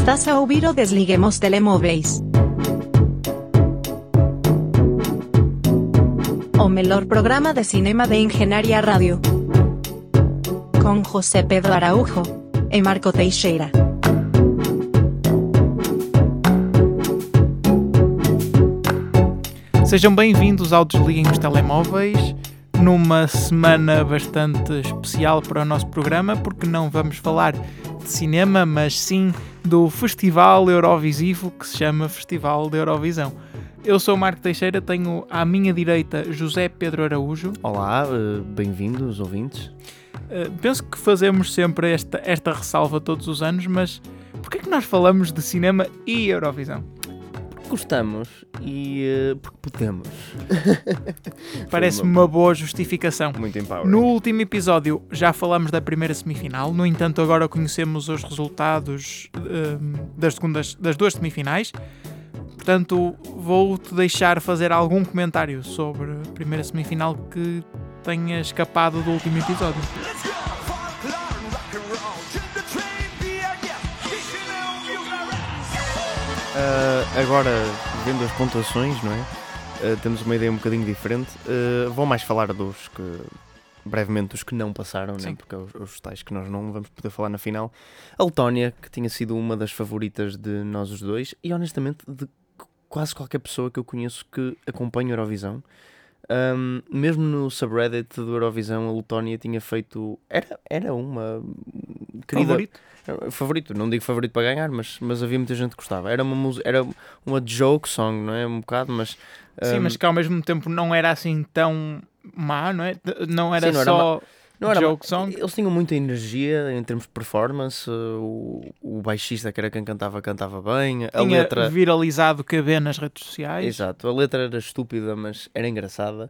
Estás a ouvir o Desliguemos Telemóveis. O melhor programa de cinema de Engenharia Rádio. Com José Pedro Araújo e Marco Teixeira. Sejam bem-vindos ao Desliguemos Telemóveis, numa semana bastante especial para o nosso programa, porque não vamos falar de cinema, mas sim do Festival Eurovisivo, que se chama Festival de Eurovisão. Eu sou o Marco Teixeira, tenho à minha direita José Pedro Araújo. Olá, bem-vindos, ouvintes. Penso que fazemos sempre esta ressalva todos os anos, mas porquê é que nós falamos de cinema e Eurovisão? Gostamos e porque podemos. Parece-me uma boa justificação. Muito empowering. No último episódio já falamos da primeira semifinal, no entanto agora conhecemos os resultados das duas semifinais. Portanto, vou-te deixar fazer algum comentário sobre a primeira semifinal que tenha escapado do último episódio. Agora, vendo as pontuações, não é? Temos uma ideia um bocadinho diferente. Vou mais falar brevemente dos que não passaram, né? Porque os tais que nós não vamos poder falar na final. A Letónia, que tinha sido uma das favoritas de nós os dois, e honestamente de quase qualquer pessoa que eu conheço que acompanha a Eurovisão. Mesmo no subreddit do Eurovisão, a Letónia tinha feito... Era uma querida... Favorito, não digo favorito para ganhar, mas havia muita gente que gostava. Era uma joke song, não é? Um bocado, mas... Sim, mas que ao mesmo tempo não era assim tão má, não é? Não era sim, não era joke song. Eles tinham muita energia em termos de performance. O baixista, que era quem cantava bem. A Tinha letra... viralizado KB nas redes sociais. Exato, a letra era estúpida, mas era engraçada.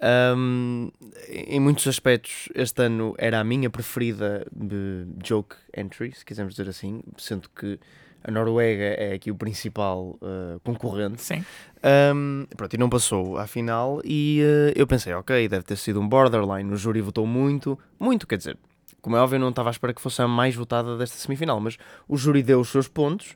Em muitos aspectos, este ano era a minha preferida de joke entry, se quisermos dizer assim, sendo que a Noruega é aqui o principal concorrente. Sim. Pronto, e não passou à final e eu pensei, ok, deve ter sido um borderline, o júri votou muito, quer dizer, como é óbvio eu não estava à espera que fosse a mais votada desta semifinal, mas o júri deu os seus pontos.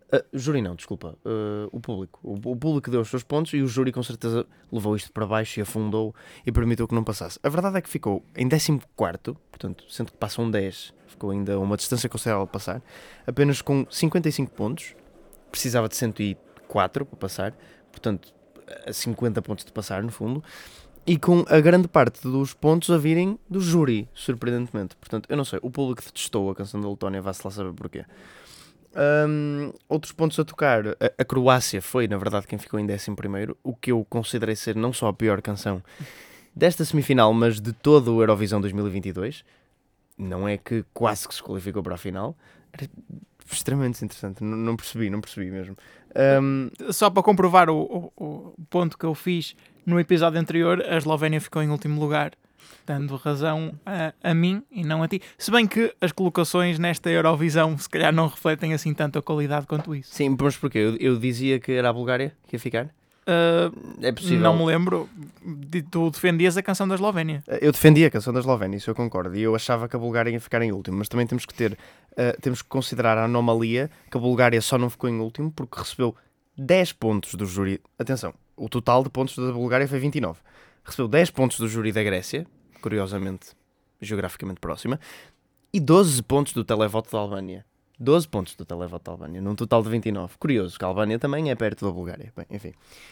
O público. O público deu os seus pontos e o júri com certeza levou isto para baixo e afundou e permitiu que não passasse. A verdade é que ficou em 14º, portanto, sendo que passam 10, ficou ainda uma distância considerável a passar, apenas com 55 pontos, precisava de 104 para passar, portanto, a 50 pontos de passar no fundo, e com a grande parte dos pontos a virem do júri, surpreendentemente. Portanto, eu não sei, o público detestou a canção da Letónia, vá-se lá saber porquê. Outros pontos a tocar, a Croácia foi na verdade quem ficou em 11º, o que eu considerei ser não só a pior canção desta semifinal, mas de todo o Eurovisão 2022. Não é que quase que se qualificou para a final. Era extremamente interessante, não percebi mesmo. Só para comprovar o ponto que eu fiz no episódio anterior, a Eslovénia ficou em último lugar, dando razão a mim e não a ti. Se bem que as colocações nesta Eurovisão se calhar não refletem assim tanto a qualidade quanto isso. Sim, mas porquê? Eu dizia que era a Bulgária que ia ficar? É possível. Não me lembro. Tu defendias a canção da Eslovénia. Eu defendia a canção da Eslovénia, isso eu concordo. E eu achava que a Bulgária ia ficar em último. Mas também temos que considerar a anomalia que a Bulgária só não ficou em último porque recebeu 10 pontos do júri. Atenção, o total de pontos da Bulgária foi 29. Recebeu 10 pontos do júri da Grécia, curiosamente, geograficamente próxima, e 12 pontos do televoto da Albânia. 12 pontos do televoto da Albânia, num total de 29. Curioso, que a Albânia também é perto da Bulgária. Bem, enfim.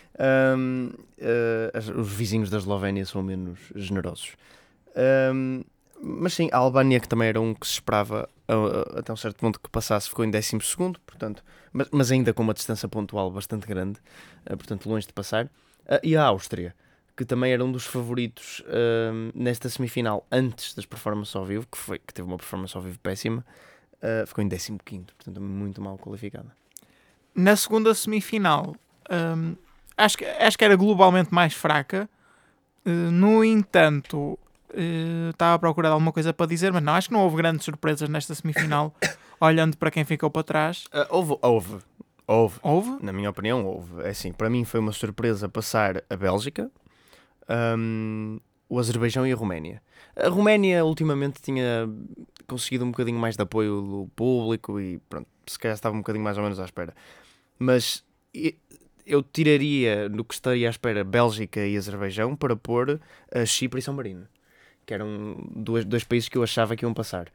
Os vizinhos da Eslovénia são menos generosos. Mas sim, a Albânia, que também era um que se esperava até um certo ponto que passasse, ficou em 12º, portanto, mas ainda com uma distância pontual bastante grande, portanto longe de passar. E a Áustria, que também era um dos favoritos nesta semifinal antes das performances ao vivo, que teve uma performance ao vivo péssima, ficou em 15º, portanto muito mal qualificada. Na segunda semifinal, acho que era globalmente mais fraca. No entanto, estava a procurar alguma coisa para dizer, mas não, acho que não houve grandes surpresas nesta semifinal, olhando para quem ficou para trás. Houve? Na minha opinião, houve. É assim, para mim foi uma surpresa passar a Bélgica. o Azerbaijão e a Roménia. A Roménia ultimamente tinha conseguido um bocadinho mais de apoio do público e pronto, se calhar estava um bocadinho mais ou menos à espera. Mas eu tiraria do que estaria à espera Bélgica e Azerbaijão para pôr Chipre e São Marino, que eram dois países que eu achava que iam passar.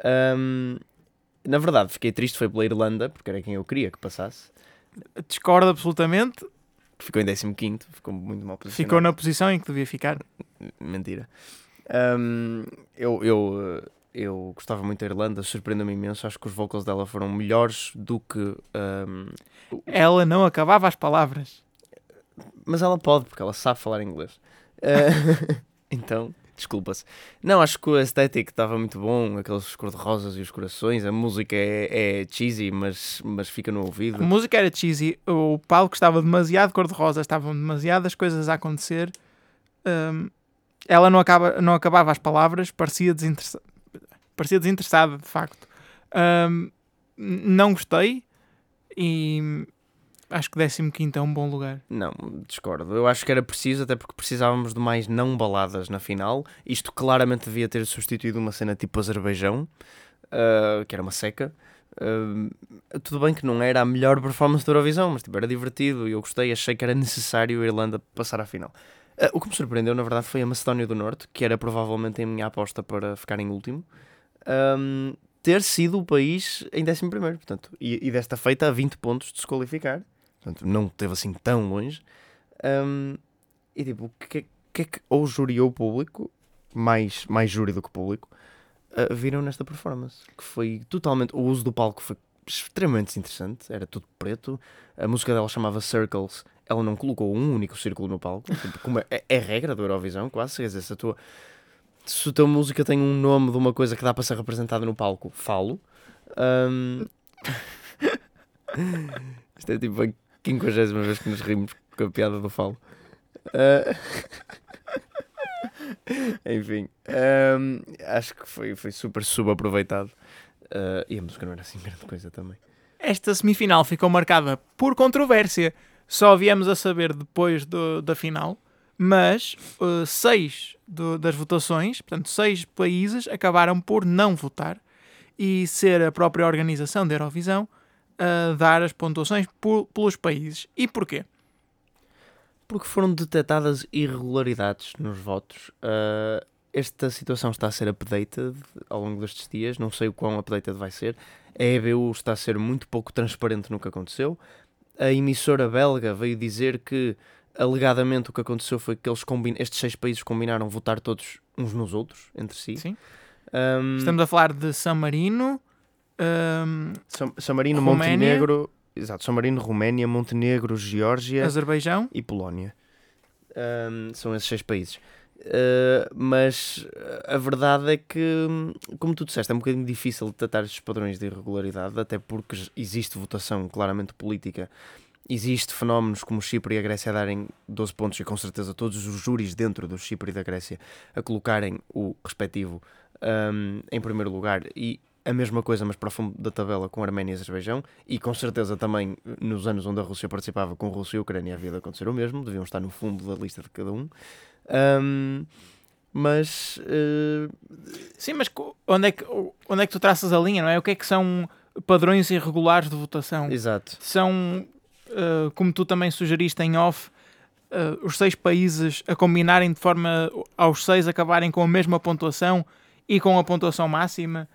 Na verdade, fiquei triste, foi pela Irlanda, porque era quem eu queria que passasse. Discordo absolutamente. Ficou em 15º, ficou muito mal posicionado. Ficou na posição em que devia ficar. Mentira. Eu gostava muito da Irlanda, surpreendeu-me imenso. Acho que os vocals dela foram melhores do que... Ela não acabava as palavras. Mas ela pode, porque ela sabe falar inglês. Então, desculpa-se. Não, acho que o estético estava muito bom, aqueles cor-de-rosas e os corações. A música é cheesy, mas fica no ouvido. A música era cheesy, o palco estava demasiado cor-de-rosa, estavam demasiadas coisas a acontecer. Ela não acabava as palavras, parecia desinteressada, de facto. Não gostei e acho que 15º é um bom lugar. Não, discordo. Eu acho que era preciso, até porque precisávamos de mais não baladas na final. Isto claramente devia ter substituído uma cena tipo Azerbaijão, que era uma seca. Tudo bem que não era a melhor performance da Eurovisão, mas tipo, era divertido e eu gostei. Achei que era necessário a Irlanda passar à final. O que me surpreendeu, na verdade, foi a Macedónia do Norte, que era provavelmente a minha aposta para ficar em último, ter sido o país em 11º, portanto, e desta feita a 20 pontos de se qualificar. Portanto, não esteve assim tão longe. E tipo, o que é que ou o júri ou o público, mais júri do que público, viram nesta performance? Que foi totalmente... O uso do palco foi extremamente interessante. Era tudo preto. A música dela chamava Circles. Ela não colocou um único círculo no palco. Tipo, como é regra do Eurovisão, quase. Quer dizer, se a tua música tem um nome de uma coisa que dá para ser representada no palco, falo. Isto é tipo a 50ª vez que nos rimos com a piada do falo. Enfim, acho que foi super subaproveitado. E a música não era assim grande coisa também. Esta semifinal ficou marcada por controvérsia. Só viemos a saber depois da final, mas 6 das votações, portanto 6 países, acabaram por não votar e ser a própria organização da Eurovisão a dar as pontuações pelos países. E porquê? Porque foram detectadas irregularidades nos votos. Esta situação está a ser updated ao longo destes dias, não sei o quão updated vai ser. A EBU está a ser muito pouco transparente no que aconteceu. A emissora belga veio dizer que, alegadamente, o que aconteceu foi que estes 6 países combinaram votar todos uns nos outros, entre si. Sim. Estamos a falar de San Marino, San Marino, Roménia, Montenegro... Exato, San Marino, Roménia, Montenegro, Geórgia... Azerbaijão e Polónia. São esses 6 países. Mas a verdade é que, como tu disseste, é um bocadinho difícil detectar estes padrões de irregularidade, até porque existe votação claramente política, existe fenómenos como o Chipre e a Grécia a darem 12 pontos e com certeza todos os júris dentro do Chipre e da Grécia a colocarem o respectivo em primeiro lugar, e a mesma coisa, mas para o fundo da tabela, com Arménia e Azerbaijão, e com certeza também nos anos onde a Rússia participava, com Rússia e Ucrânia havia de acontecer o mesmo, deviam estar no fundo da lista de cada um. Mas sim, mas onde é que tu traças a linha, não é? O que é que são padrões irregulares de votação? Exato. São, como tu também sugeriste em off, os 6 países a combinarem de forma aos 6 acabarem com a mesma pontuação e com a pontuação máxima,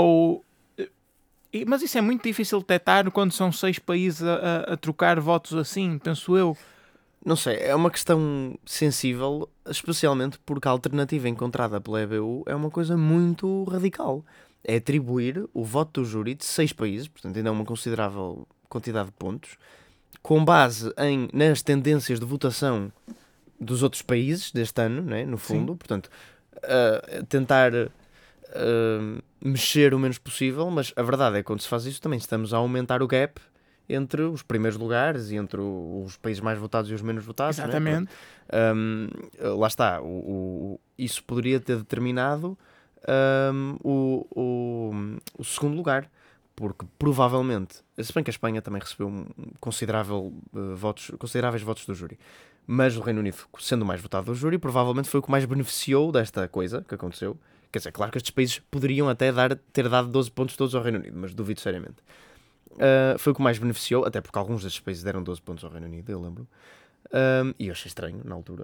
mas isso é muito difícil de detectar quando são 6 países a trocar votos assim, penso eu. Não sei, é uma questão sensível, especialmente porque a alternativa encontrada pela EBU é uma coisa muito radical. É atribuir o voto do júri de 6 países, portanto ainda é uma considerável quantidade de pontos, com base nas tendências de votação dos outros países deste ano, né, no fundo. Sim. Portanto, tentar mexer o menos possível, mas a verdade é que quando se faz isso também estamos a aumentar o gap entre os primeiros lugares e entre os países mais votados e os menos votados. Exatamente. Né? Lá está. Isso poderia ter determinado o segundo lugar, porque provavelmente, se bem que a Espanha também recebeu consideráveis votos do júri, Mas o Reino Unido, sendo o mais votado do júri, provavelmente foi o que mais beneficiou desta coisa que aconteceu. Quer dizer, claro que estes países poderiam até ter dado 12 pontos todos ao Reino Unido, mas duvido seriamente. Foi o que mais beneficiou, até porque alguns destes países deram 12 pontos ao Reino Unido, eu lembro. E eu achei estranho, na altura.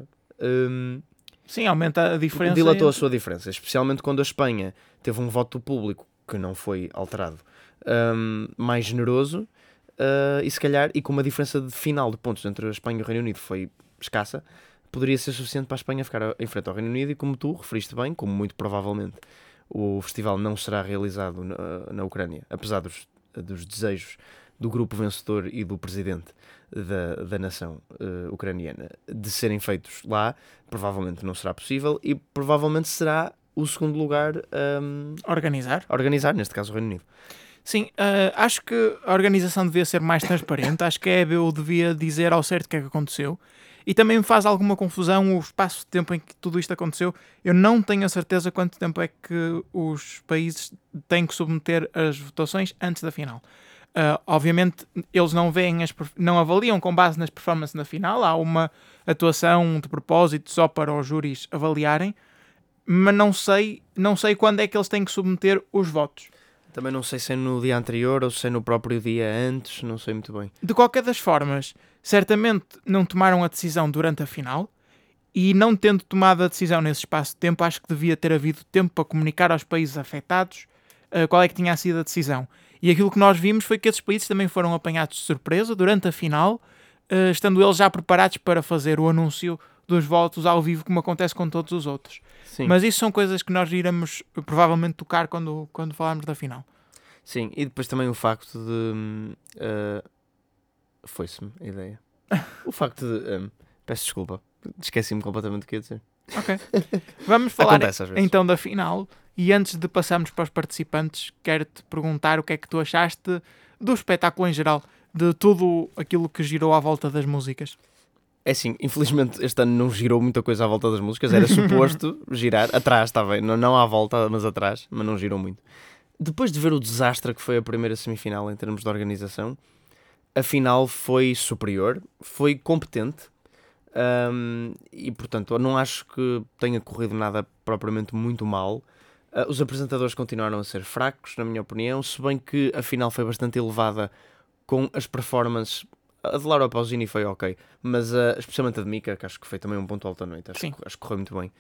Sim, aumenta a diferença. Dilatou a sua diferença, especialmente quando a Espanha teve um voto público que não foi alterado, mais generoso, e se calhar, e com uma diferença de final de pontos entre a Espanha e o Reino Unido foi escassa, poderia ser suficiente para a Espanha ficar em frente ao Reino Unido. E como tu referiste bem, como muito provavelmente o festival não será realizado na Ucrânia, apesar dos desejos do grupo vencedor e do presidente da nação ucraniana de serem feitos lá, provavelmente não será possível e provavelmente será o segundo lugar a organizar, neste caso o Reino Unido. Sim, acho que a organização devia ser mais transparente, acho que a EBU devia dizer ao certo o que é que aconteceu, e também me faz alguma confusão o espaço de tempo em que tudo isto aconteceu. Eu não tenho a certeza quanto tempo é que os países têm que submeter as votações antes da final. Obviamente eles não avaliam com base nas performances na final, há uma atuação de propósito só para os júris avaliarem, mas não sei quando é que eles têm que submeter os votos. Também não sei se é no dia anterior ou se é no próprio dia antes, não sei muito bem. De qualquer das formas, certamente não tomaram a decisão durante a final, e não tendo tomado a decisão nesse espaço de tempo, acho que devia ter havido tempo para comunicar aos países afetados qual é que tinha sido a decisão. E aquilo que nós vimos foi que esses países também foram apanhados de surpresa durante a final, estando eles já preparados para fazer o anúncio dos votos ao vivo, como acontece com todos os outros. Sim. Mas isso são coisas que nós iremos provavelmente tocar quando falarmos da final. Sim, e depois também o facto de... foi-se-me a ideia. O facto de... peço desculpa, esqueci-me completamente do que ia dizer. Ok. Vamos falar então da final, e antes de passarmos para os participantes, quero-te perguntar o que é que tu achaste do espetáculo em geral, de tudo aquilo que girou à volta das músicas. É assim, infelizmente este ano não girou muita coisa à volta das músicas, era suposto girar, atrás está bem, não à volta, mas atrás, mas não girou muito. Depois de ver o desastre que foi a primeira semifinal em termos de organização, a final foi superior, foi competente, e portanto eu não acho que tenha corrido nada propriamente muito mal. Os apresentadores continuaram a ser fracos, na minha opinião, se bem que a final foi bastante elevada com as performances. A de Laura Pausini foi ok, mas especialmente a de Mika, que acho que foi também um ponto alto da noite, acho que correu muito bem.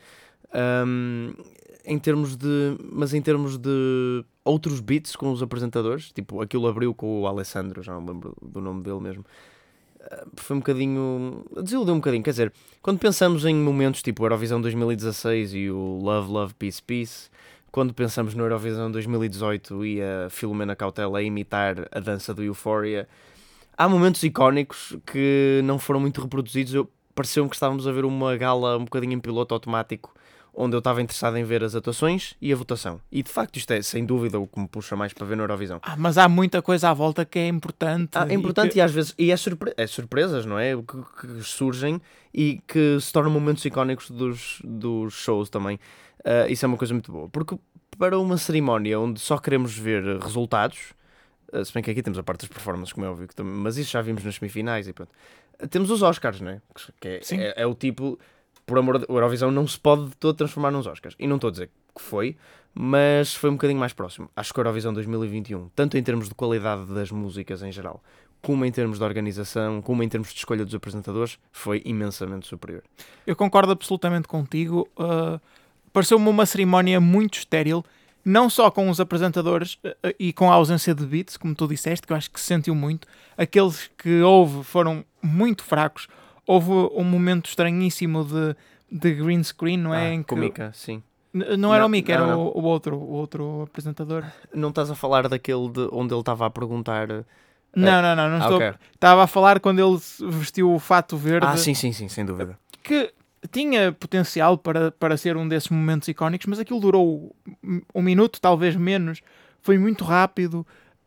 Em termos de outros beats com os apresentadores, tipo aquilo abriu com o Alessandro, já não lembro do nome dele mesmo, foi um bocadinho, desiludiu um bocadinho. Quer dizer, quando pensamos em momentos tipo Eurovisão 2016 e o Love, Love, Peace, Peace, quando pensamos no Eurovisão 2018 e a Filomena Cautela a imitar a dança do Euphoria, há momentos icónicos que não foram muito reproduzidos. Pareceu-me que estávamos a ver uma gala um bocadinho em piloto automático, onde eu estava interessado em ver as atuações e a votação. E de facto isto é sem dúvida o que me puxa mais para ver no Eurovisão. Mas há muita coisa à volta que é importante. É importante e às vezes é surpresas, não é? Que surgem e que se tornam momentos icónicos dos shows também. Isso é uma coisa muito boa. Porque para uma cerimónia onde só queremos ver resultados, se bem que aqui temos a parte das performances, como é óbvio, mas isso já vimos nas semifinais e pronto. Temos os Oscars, não é? Que é o tipo... Por amor de... O Eurovisão não se pode de todo transformar nos Oscars. E não estou a dizer que foi, mas foi um bocadinho mais próximo. Acho que o Eurovisão 2021, tanto em termos de qualidade das músicas em geral, como em termos de organização, como em termos de escolha dos apresentadores, foi imensamente superior. Eu concordo absolutamente contigo. Pareceu-me uma cerimónia muito estéril, não só com os apresentadores e com a ausência de beats, como tu disseste, que eu acho que se sentiu muito. Aqueles que houve foram muito fracos. Houve um momento estranhíssimo de green screen, não é? Com o Mika, sim. Não era o Mika, era o outro apresentador. Não estás a falar daquele onde ele estava a perguntar... Não estou. Okay. Estava a falar quando ele vestiu o fato verde. Sim, sem dúvida. Que tinha potencial para ser um desses momentos icónicos, mas aquilo durou um minuto, talvez menos. Foi muito rápido.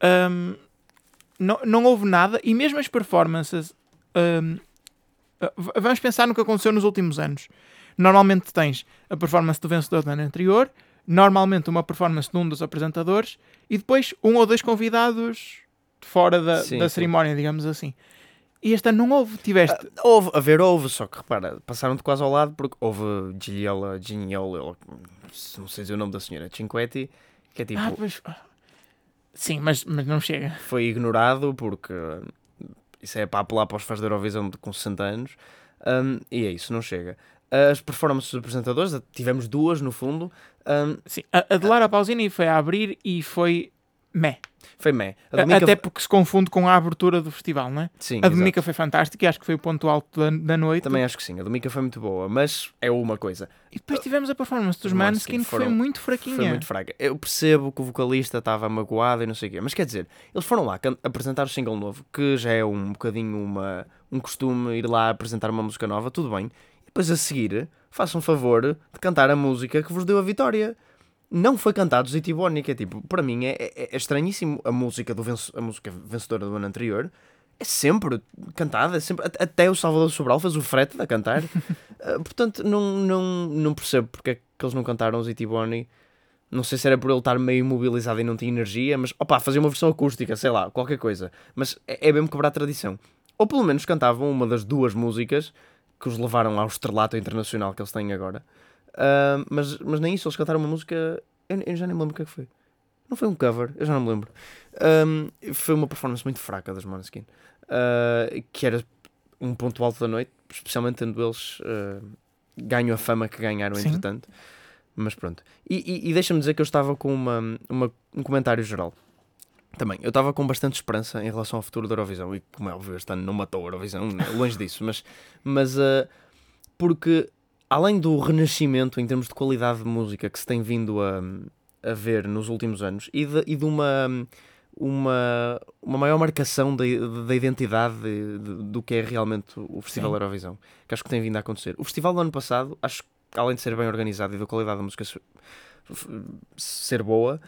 Não houve nada. E mesmo as performances... vamos pensar no que aconteceu nos últimos anos. Normalmente tens a performance do vencedor do ano anterior, normalmente uma performance de um dos apresentadores e depois um ou dois convidados fora da cerimónia, digamos assim. E este ano não houve, tiveste... Houve, só que repara, passaram-te quase ao lado porque houve Gignola, não sei dizer o nome da senhora, Cinquetti, que é tipo... Pois... Sim, mas não chega. Foi ignorado porque isso é para apelar para os fãs da Eurovisão com 60 anos, e é isso, não chega. As performances dos apresentadores, tivemos duas no fundo. Sim, a de Lara Pausini foi a abrir e foi meh. Foi meh. Até porque se confunde com a abertura do festival, não é? Sim, a Dominica foi fantástica e acho que foi o ponto alto da noite. Também acho que sim, a Dominica foi muito boa, mas é uma coisa. E depois tivemos a performance dos Måneskin, que foi muito fraquinha. Foi muito fraca. Eu percebo que o vocalista estava magoado e não sei o quê, mas quer dizer, eles foram lá apresentar o single novo, que já é um bocadinho um costume ir lá apresentar uma música nova, tudo bem. E depois a seguir, façam favor de cantar a música que vos deu a vitória. Não foi cantado Zitiboni, que é tipo, para mim é estranhíssimo. A música vencedora do ano anterior é sempre cantada, até o Salvador Sobral fez o frete a cantar. Portanto, não percebo porque é que eles não cantaram Zitiboni. Não sei se era por ele estar meio imobilizado e não tinha energia, mas fazer uma versão acústica, sei lá, qualquer coisa. Mas é mesmo quebrar a tradição. Ou pelo menos cantavam uma das duas músicas que os levaram ao estrelato internacional que eles têm agora. Mas nem isso, eles cantaram uma música. Eu já nem me lembro o que é que foi. Não foi um cover, eu já não me lembro. Foi uma performance muito fraca das Måneskin, que era um ponto alto da noite, especialmente tendo eles ganho a fama que ganharam. Sim. Entretanto. Mas pronto. E deixa-me dizer que eu estava com um comentário geral. Também, eu estava com bastante esperança em relação ao futuro da Eurovisão. E como é óbvio, este ano não matou a Eurovisão, longe disso. Mas porque, além do renascimento em termos de qualidade de música que se tem vindo a ver nos últimos anos e de uma maior marcação da identidade do que é realmente o Festival Eurovisão, que acho que tem vindo a acontecer. O festival do ano passado, acho que além de ser bem organizado e da qualidade da música ser boa,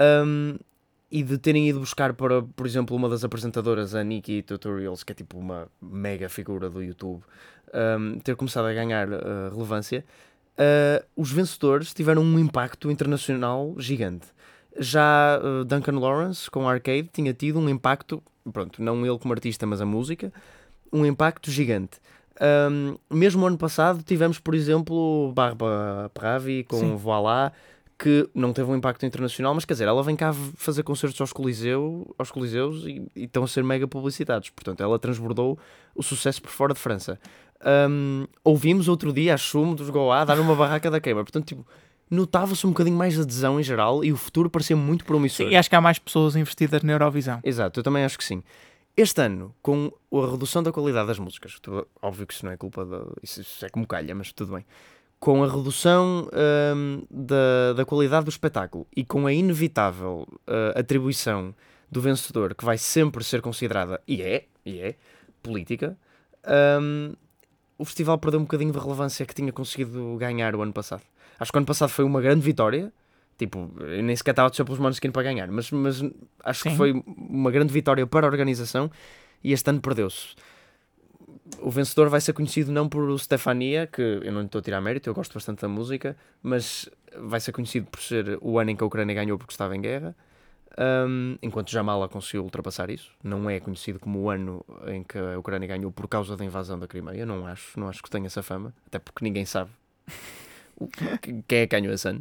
e de terem ido buscar para, por exemplo, uma das apresentadoras, a Nikki Tutorials, que é tipo uma mega figura do YouTube, ter começado a ganhar relevância, os vencedores tiveram um impacto internacional gigante. Já Duncan Lawrence, com Arcade, tinha tido um impacto, pronto, não ele como artista, mas a música, um impacto gigante. Mesmo ano passado tivemos, por exemplo, Barbara Pravi com Voilà, que não teve um impacto internacional, mas quer dizer, ela vem cá fazer concertos aos Coliseus e estão a ser mega publicitados. Portanto, ela transbordou o sucesso por fora de França. Ouvimos outro dia a Chum dos Goa dar uma barraca da queima. Portanto, tipo, notava-se um bocadinho mais de adesão em geral e o futuro parecia muito promissor. Sim, e acho que há mais pessoas investidas na Eurovisão. Exato, eu também acho que sim. Este ano, com a redução da qualidade das músicas, óbvio que isso não é culpa isso é como calha, mas tudo bem. Com a redução da qualidade do espetáculo e com a inevitável atribuição do vencedor, que vai sempre ser considerada, e é política, o festival perdeu um bocadinho de relevância que tinha conseguido ganhar o ano passado. Acho que o ano passado foi uma grande vitória. Tipo, eu nem sequer estava a descer pelos Måneskin para ganhar, mas acho que foi uma grande vitória para a organização e este ano perdeu-se. O vencedor vai ser conhecido não por Stefania, que eu não lhe estou a tirar mérito, eu gosto bastante da música, mas vai ser conhecido por ser o ano em que a Ucrânia ganhou porque estava em guerra, enquanto Jamala conseguiu ultrapassar isso. Não é conhecido como o ano em que a Ucrânia ganhou por causa da invasão da Crimeia, não acho que tenha essa fama, até porque ninguém sabe quem é que ganhou esse ano.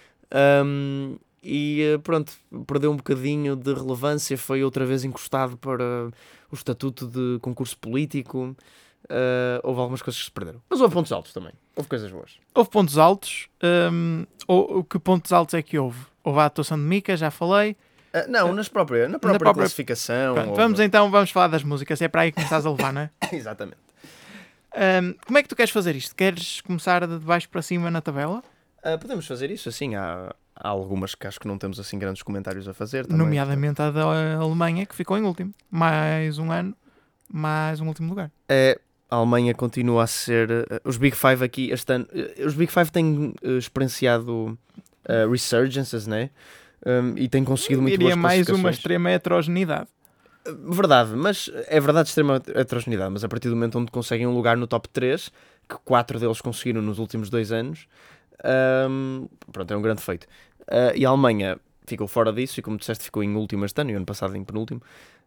Pronto, perdeu um bocadinho de relevância, foi outra vez encostado para o estatuto de concurso político. Houve algumas coisas que se perderam, mas houve pontos altos também, houve coisas boas. Houve pontos altos. Que pontos altos é que houve? Houve a atuação de Mika, já falei. Não, na própria classificação. Pronto, vamos falar das músicas, é para aí que começares a levar, não é? Exatamente. Como é que tu queres fazer isto? Queres começar de baixo para cima na tabela? Podemos fazer isso, assim, há algumas que acho que não temos assim grandes comentários a fazer também. Nomeadamente a da Alemanha, que ficou em último. Mais um ano, mais um último lugar. A Alemanha continua a ser... os Big Five aqui este ano... os Big Five têm experienciado resurgences, né? E têm conseguido muito boas classificações. Mais uma extrema heterogeneidade. Verdade, mas é verdade extrema heterogeneidade, mas a partir do momento onde conseguem um lugar no top 3, que 4 deles conseguiram nos últimos 2 anos... pronto, é um grande feito. E a Alemanha ficou fora disso e, como disseste, ficou em último este ano e ano passado em penúltimo.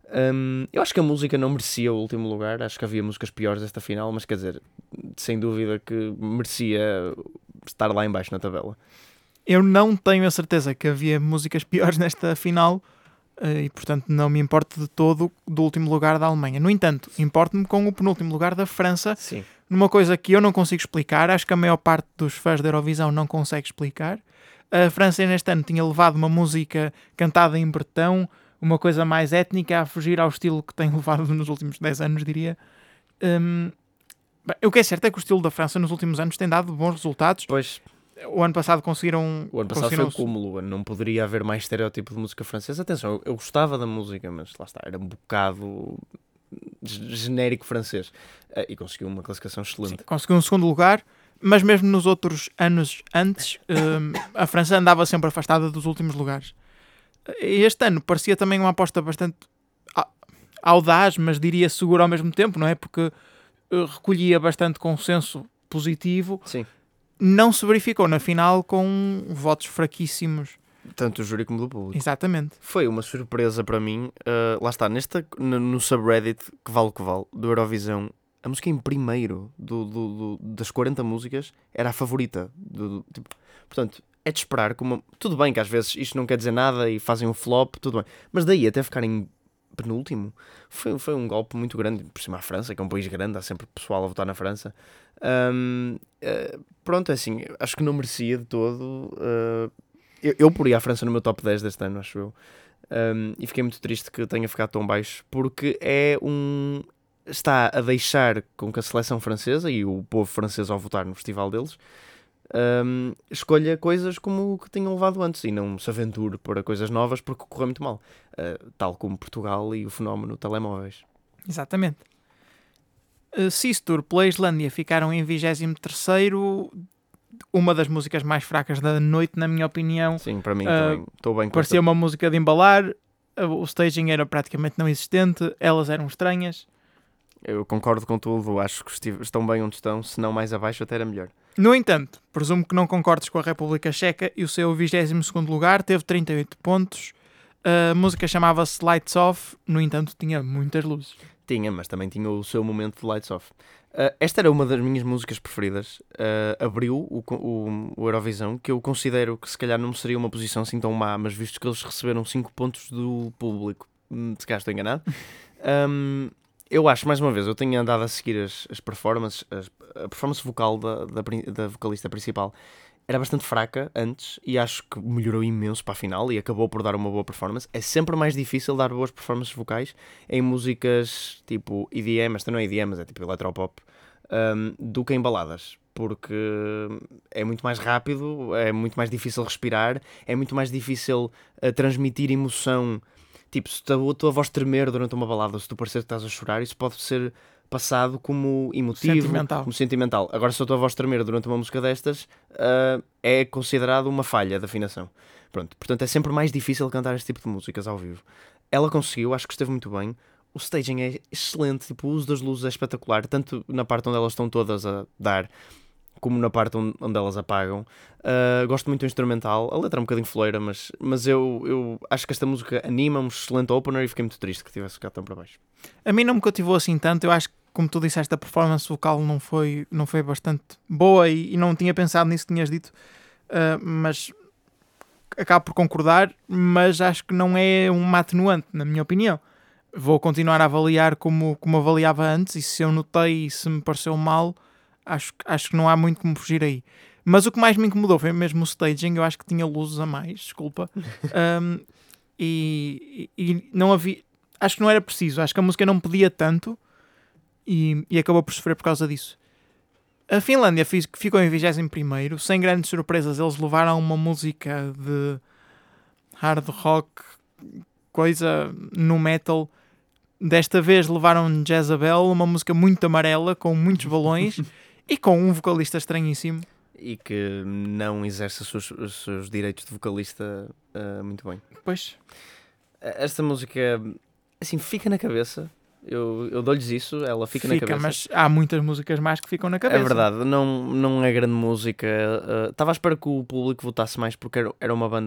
Eu acho que a música não merecia o último lugar, acho que havia músicas piores desta final, mas quer dizer, sem dúvida que merecia estar lá em baixo na tabela. Eu não tenho a certeza que havia músicas piores nesta final e, portanto, não me importo de todo do último lugar da Alemanha. No entanto, importo-me com o penúltimo lugar da França, Sim. numa coisa que eu não consigo explicar, acho que a maior parte dos fãs da Eurovisão não consegue explicar. A França neste ano tinha levado uma música cantada em bretão, uma coisa mais étnica, a fugir ao estilo que tem levado nos últimos 10 anos, diria. O que é certo é que o estilo da França nos últimos anos tem dado bons resultados. Pois. O ano passado conseguiram... O ano passado foi o cúmulo, não poderia haver mais estereótipo de música francesa. Atenção, eu gostava da música, mas lá está, era um bocado genérico francês. E conseguiu uma classificação excelente. Sim, conseguiu um segundo lugar, mas mesmo nos outros anos antes, a França andava sempre afastada dos últimos lugares. Este ano parecia também uma aposta bastante audaz, mas diria segura ao mesmo tempo, não é? Porque recolhia bastante consenso positivo. Sim. Não se verificou na final com votos fraquíssimos. Tanto do júri como do público. Exatamente. Foi uma surpresa para mim. Lá está, no subreddit, que vale o que vale, do Eurovisão, a música em primeiro das 40 músicas era a favorita. Portanto, é de esperar que tudo bem que às vezes isto não quer dizer nada e fazem um flop, tudo bem. Mas daí até ficar em penúltimo foi um golpe muito grande. Por cima a França, que é um país grande, há sempre pessoal a votar na França. Pronto, é assim, acho que não merecia de todo. Eu poria a França no meu top 10 deste ano, acho eu. E fiquei muito triste que tenha ficado tão baixo, porque está a deixar com que a seleção francesa e o povo francês ao votar no festival deles escolha coisas como o que tinham levado antes e não se aventure para coisas novas porque correu muito mal, tal como Portugal e o fenómeno telemóveis. Exatamente. Sistur pela Islândia ficaram em 23º, uma das músicas mais fracas da noite, na minha opinião. Sim, para mim também estou bem com parecia uma música de embalar, o staging era praticamente não existente, elas eram estranhas. Eu concordo com tudo, acho que estão bem onde estão, se não mais abaixo até era melhor. No entanto, presumo que não concordes com a República Checa e o seu 22º lugar teve 38 pontos. A música chamava-se Lights Off, no entanto tinha muitas luzes. Tinha, mas também tinha o seu momento de Lights Off. Esta era uma das minhas músicas preferidas. Abriu o Eurovisão, que eu considero que se calhar não seria uma posição assim tão má, mas visto que eles receberam 5 pontos do público, se calhar estou enganado. Eu acho, mais uma vez, eu tenho andado a seguir as performances, a performance vocal da vocalista principal era bastante fraca antes e acho que melhorou imenso para a final e acabou por dar uma boa performance. É sempre mais difícil dar boas performances vocais em músicas tipo EDM, esta não é EDM, mas é tipo eletropop, do que em baladas, porque é muito mais rápido, é muito mais difícil respirar, é muito mais difícil transmitir emoção. Tipo, se a tua voz tremer durante uma balada, se tu parecer que estás a chorar, isso pode ser passado como emotivo, como sentimental. Agora, se a tua voz tremer durante uma música destas, é considerado uma falha de afinação. Pronto, portanto, é sempre mais difícil cantar este tipo de músicas ao vivo. Ela conseguiu, acho que esteve muito bem. O staging é excelente, tipo, o uso das luzes é espetacular, tanto na parte onde elas estão todas a dar, como na parte onde elas apagam. Gosto muito do instrumental. A letra é um bocadinho foleira, mas eu acho que esta música anima, um excelente opener, e fiquei muito triste que tivesse ficado tão para baixo. A mim não me cativou assim tanto. Eu acho que, como tu disseste, a performance vocal não foi bastante boa e não tinha pensado nisso que tinhas dito, mas acabo por concordar, mas acho que não é uma atenuante, na minha opinião. Vou continuar a avaliar como avaliava antes, e se eu notei e se me pareceu mal, acho que não há muito como fugir aí. Mas o que mais me incomodou foi mesmo o staging. Eu acho que tinha luzes a mais, desculpa. E não havia... Acho que não era preciso. Acho que a música não pedia tanto e acabou por sofrer por causa disso. A Finlândia ficou em 21º. Sem grandes surpresas, eles levaram uma música de hard rock, coisa no metal. Desta vez levaram Jezabel, uma música muito amarela, com muitos balões e com um vocalista estranhíssimo. E que não exerce os seus direitos de vocalista muito bem. Pois. Esta música, assim, fica na cabeça. Eu dou-lhes isso, ela fica na cabeça. Mas há muitas músicas mais que ficam na cabeça. É verdade, não é grande música. Estava à espera que o público votasse mais porque era uma banda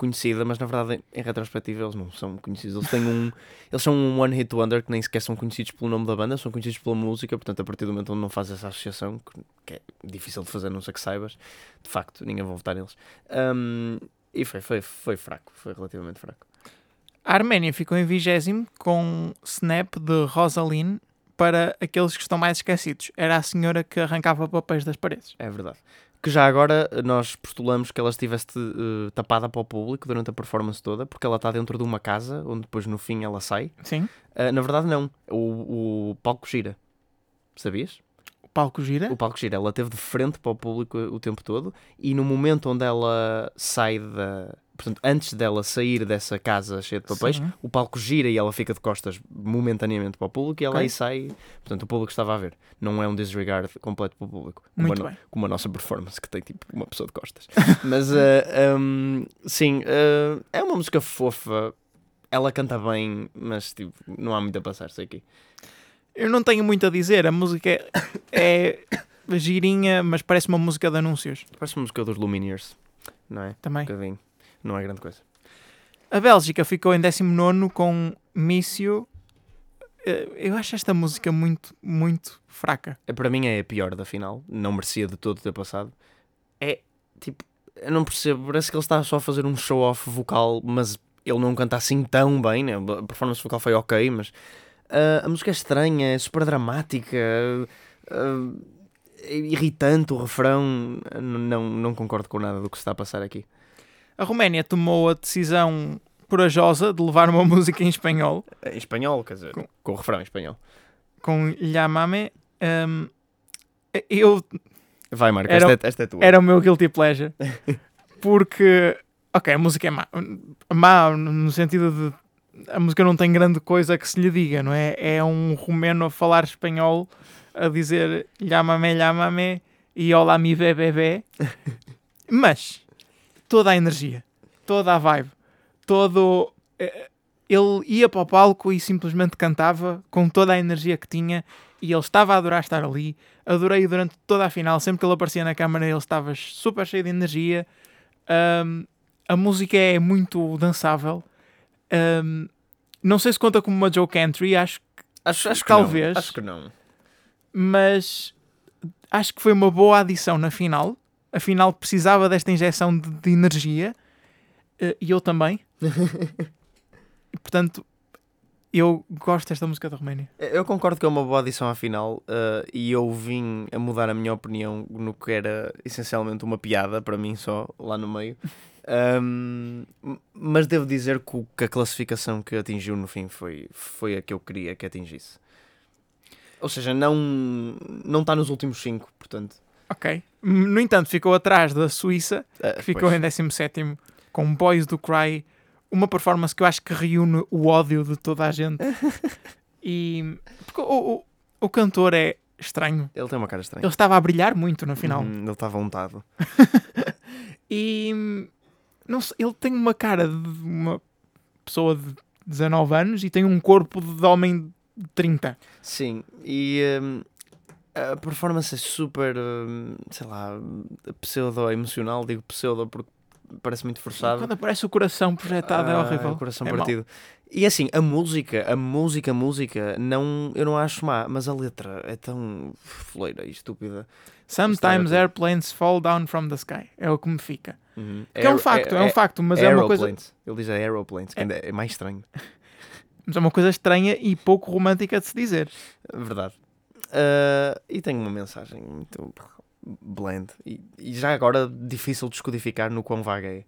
conhecida, mas na verdade, em retrospectiva, eles não são conhecidos. Eles são um one hit wonder que nem sequer são conhecidos pelo nome da banda, são conhecidos pela música, portanto, a partir do momento onde não fazes essa associação, que é difícil de fazer, a não ser que saibas, de facto, ninguém vai votar neles. E foi fraco, foi relativamente fraco. A Arménia ficou em 20º com Snap de Rosaline. Para aqueles que estão mais esquecidos, era a senhora que arrancava papéis das paredes. É verdade. Que já agora nós postulamos que ela estivesse tapada para o público durante a performance toda, porque ela está dentro de uma casa, onde depois no fim ela sai. Sim. Na verdade não, o palco gira. Sabias? O palco gira? O palco gira. Ela esteve de frente para o público o tempo todo, e no momento onde ela sai portanto, antes dela sair dessa casa cheia de papéis, Sim. o palco gira e ela fica de costas momentaneamente para o público e ela aí sai. Portanto, o público estava a ver. Não é um disregard completo para o público. Muito bem. Como a nossa performance, que tem tipo uma pessoa de costas. Mas, sim, é uma música fofa. Ela canta bem, mas tipo, não há muito a passar-se aqui. Eu não tenho muito a dizer. A música é girinha, mas parece uma música de anúncios. Parece uma música dos Lumineers, não é? Também. Um bocadinho. Não é grande coisa. A Bélgica ficou em 19º com Mício. Eu acho esta música muito, muito fraca. Para mim é a pior da final. Não merecia de todo ter passado. É, tipo, eu não percebo. Parece que ele está só a fazer um show-off vocal, mas ele não canta assim tão bem, né? A performance vocal foi ok, mas a música é estranha, é super dramática, é irritante o refrão. Não concordo com nada do que se está a passar aqui. A Roménia tomou a decisão corajosa de levar uma música em espanhol. Em espanhol, quer dizer, com o refrão em espanhol. Com Llámame. Vai, Marco, esta é tua. Era o meu guilty pleasure. Porque, ok, a música é má. Má no sentido de... A música não tem grande coisa que se lhe diga, não é? É um romeno a falar espanhol, a dizer Llámame, llámame e Olá mi bebé. Mas... toda a energia, toda a vibe, ele ia para o palco e simplesmente cantava com toda a energia que tinha e ele estava a adorar estar ali. Adorei durante toda a final, sempre que ele aparecia na câmara ele estava super cheio de energia. A música é muito dançável. Não sei se conta como uma Joe Country, acho que talvez. Não. Acho que não. Mas acho que foi uma boa adição na final. A final precisava desta injeção de energia. E eu também. E, portanto, eu gosto desta música da Roménia. Eu concordo que é uma boa adição à final. E eu vim a mudar a minha opinião no que era essencialmente uma piada, para mim só, lá no meio. Mas devo dizer que a classificação que atingiu no fim foi a que eu queria que atingisse. Ou seja, não está nos últimos 5, portanto... Ok. No entanto, ficou atrás da Suíça, que ficou pois. em 17º, com Boys do Cry, uma performance que eu acho que reúne o ódio de toda a gente. E porque o cantor é estranho. Ele tem uma cara estranha. Ele estava a brilhar muito no final. Ele estava untado. E não sei, ele tem uma cara de uma pessoa de 19 anos e tem um corpo de homem de 30. Sim, e a performance é super, sei lá, pseudo-emocional. Digo pseudo porque parece muito forçado. Quando aparece o coração projetado é horrível. O coração é partido. Mau. E assim, a música, não, eu não acho má, mas a letra é tão foleira e estúpida. Sometimes airplanes fall down from the sky. É o que me fica. Uhum. É um facto, mas é uma coisa... Ele diz aeroplanes, que ainda é mais estranho. Mas é uma coisa estranha e pouco romântica de se dizer. Verdade. E tem uma mensagem muito bland. E já agora difícil de descodificar no quão vaga é.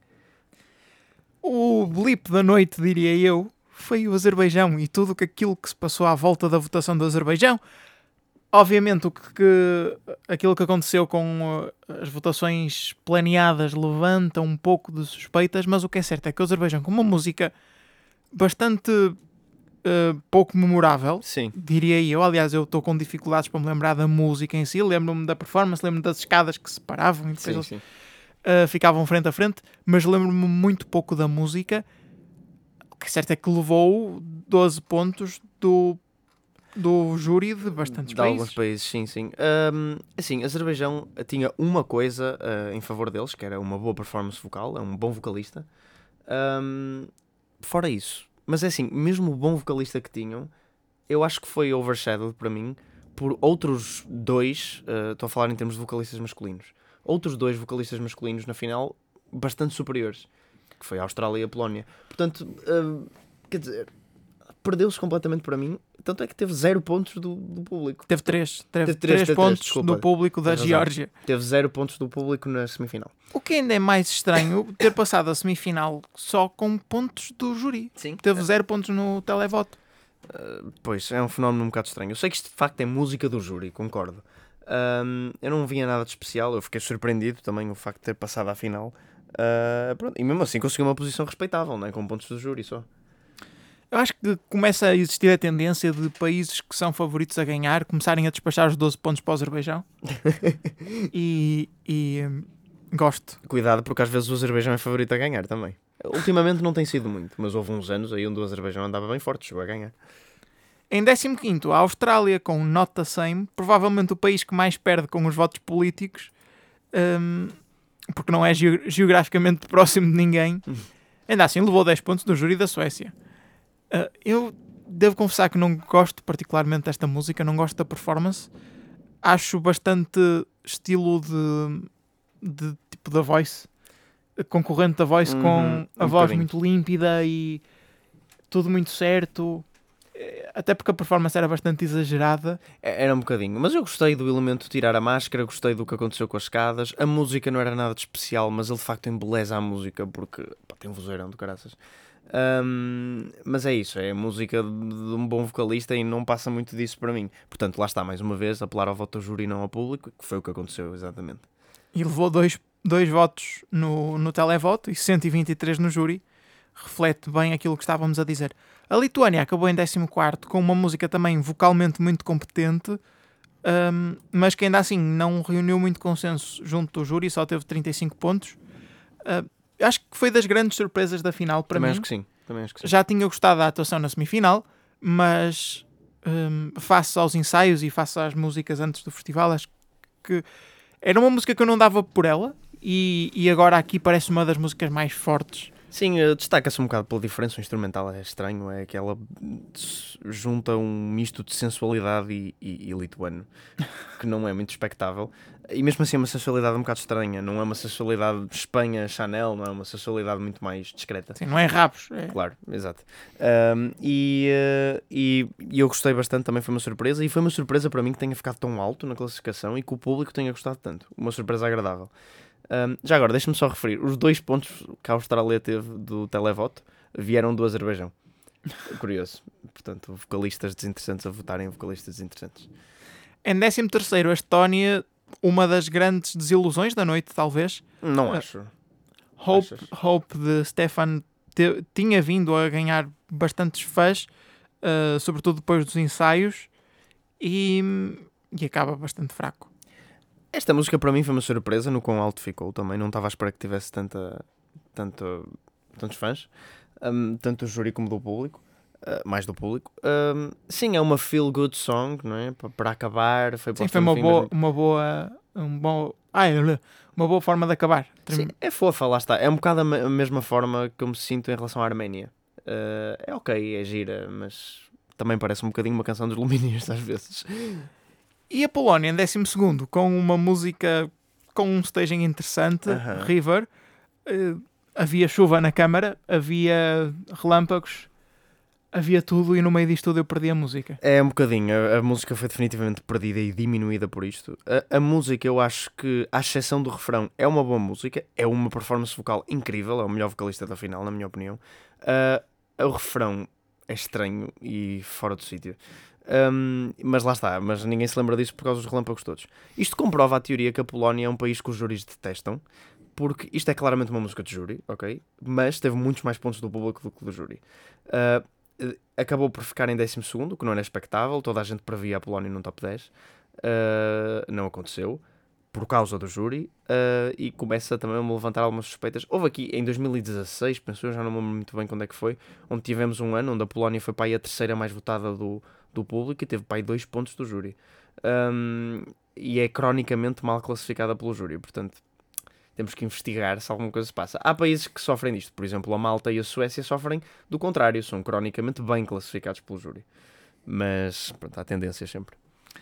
O blip da noite, diria eu, foi o Azerbaijão e tudo aquilo que se passou à volta da votação do Azerbaijão. Obviamente, aquilo que aconteceu com as votações planeadas levanta um pouco de suspeitas, mas o que é certo é que o Azerbaijão, com uma música bastante pouco memorável, sim, diria eu. Aliás, eu estou com dificuldades para me lembrar da música em si. Lembro-me da performance, lembro-me das escadas que separavam e depois sim. Ficavam frente a frente, mas lembro-me muito pouco da música. O que é certo é que levou 12 pontos do júri de bastantes de países. Alguns países, sim. Assim, Azerbaijão tinha uma coisa em favor deles, que era uma boa performance vocal, é um bom vocalista. Fora isso, mas é assim, mesmo o bom vocalista que tinham, eu acho que foi overshadowed para mim por outros dois, estou a falar em termos de vocalistas masculinos, outros dois vocalistas masculinos na final bastante superiores, que foi a Austrália e a Polónia. Portanto, quer dizer, perdeu-se completamente para mim, tanto é que teve 0 pontos do público. Teve 3 pontos do público da Geórgia. Teve 0 pontos do público na semifinal. O que ainda é mais estranho, ter passado a semifinal só com pontos do júri. Sim. Teve 0 pontos no televoto. Pois, é um fenómeno um bocado estranho. Eu sei que isto de facto é música do júri, concordo. Eu não via nada de especial, eu fiquei surpreendido também o facto de ter passado à final. Pronto. E mesmo assim conseguiu uma posição respeitável, não é? Com pontos do júri só. Eu acho que começa a existir a tendência de países que são favoritos a ganhar começarem a despachar os 12 pontos para o Azerbaijão. e gosto. Cuidado, porque às vezes o Azerbaijão é favorito a ganhar também. Ultimamente não tem sido muito, mas houve uns anos aí onde o Azerbaijão andava bem forte, chegou a ganhar. Em 15º, a Austrália com not the same, provavelmente o país que mais perde com os votos políticos, porque não é geograficamente próximo de ninguém. Ainda assim levou 10 pontos do júri da Suécia. Eu devo confessar que não gosto particularmente desta música, não gosto da performance. Acho bastante estilo de tipo da Voice, concorrente da Voice, com a voz muito límpida e tudo muito certo. Até porque a performance era bastante exagerada. Era um bocadinho, mas eu gostei do elemento tirar a máscara, gostei do que aconteceu com as escadas. A música não era nada de especial, mas ele de facto embeleza a música porque tem um vozeirão de caraças. Mas é isso, é a música de um bom vocalista e não passa muito disso para mim. Portanto, lá está, mais uma vez, apelar ao voto do júri e não ao público, que foi o que aconteceu exatamente. E levou dois votos no televoto e 123 no júri. Reflete bem aquilo que estávamos a dizer. A Lituânia acabou em 14º com uma música também vocalmente muito competente, mas que ainda assim não reuniu muito consenso junto do júri, só teve 35 pontos. Acho que foi das grandes surpresas da final para mim. Acho que sim. Também acho que sim. Já tinha gostado da atuação na semifinal, mas face aos ensaios e face às músicas antes do festival, acho que era uma música que eu não dava por ela e agora aqui parece uma das músicas mais fortes. Sim, destaca-se um bocado pela diferença, o instrumental é estranho, é que ela junta um misto de sensualidade e lituano, que não é muito expectável, e mesmo assim é uma sensualidade um bocado estranha, não é uma sensualidade Espanha, Chanel, não é uma sensualidade muito mais discreta. Sim, não é rapos. É. Claro, exato. E eu gostei bastante, também foi uma surpresa, e foi uma surpresa para mim que tenha ficado tão alto na classificação e que o público tenha gostado tanto, uma surpresa agradável. Já agora, deixa-me só referir, os 2 pontos que a Austrália teve do televoto vieram do Azerbaijão. Curioso. Portanto, vocalistas desinteressantes a votarem em vocalistas desinteressantes. Em 13º, a Estónia, uma das grandes desilusões da noite, talvez. Não acho. Hope de Stefan tinha vindo a ganhar bastantes fãs, sobretudo depois dos ensaios, e acaba bastante fraco. Esta música para mim foi uma surpresa no quão alto ficou também. Não estava à espera que tivesse tantos fãs, tanto do júri como do público, mais do público. Sim, é uma feel good song, não é? Para acabar, foi uma boa forma de acabar. Sim, é fofa, lá está. É um bocado a mesma forma que eu me sinto em relação à Arménia. É ok, é gira, mas também parece um bocadinho uma canção dos Lumineers às vezes. E a Polónia em 12º, com uma música com um staging interessante, River. Havia chuva na câmara, havia relâmpagos, havia tudo, e no meio disto tudo eu perdi a música. É um bocadinho, a música foi definitivamente perdida e diminuída por isto. A música, eu acho que, à exceção do refrão, é uma boa música, é uma performance vocal incrível, é o melhor vocalista da final, na minha opinião. O refrão é estranho e fora do sítio. Mas lá está, mas ninguém se lembra disso por causa dos relâmpagos todos. Isto comprova a teoria que a Polónia é um país que os júris detestam, porque isto é claramente uma música de júri, ok? Mas teve muitos mais pontos do público do que do júri. Acabou por ficar em 12º, o que não era expectável, toda a gente previa a Polónia num top 10. Não aconteceu, por causa do júri, e começa também a me levantar algumas suspeitas. Houve aqui em 2016, penso eu, já não me lembro muito bem quando é que foi, onde tivemos um ano onde a Polónia foi para aí a terceira mais votada do público e teve para aí 2 pontos do júri. E é cronicamente mal classificada pelo júri, portanto, temos que investigar se alguma coisa se passa. Há países que sofrem disto, por exemplo, a Malta e a Suécia sofrem do contrário, são cronicamente bem classificados pelo júri. Mas, pronto, há tendências sempre.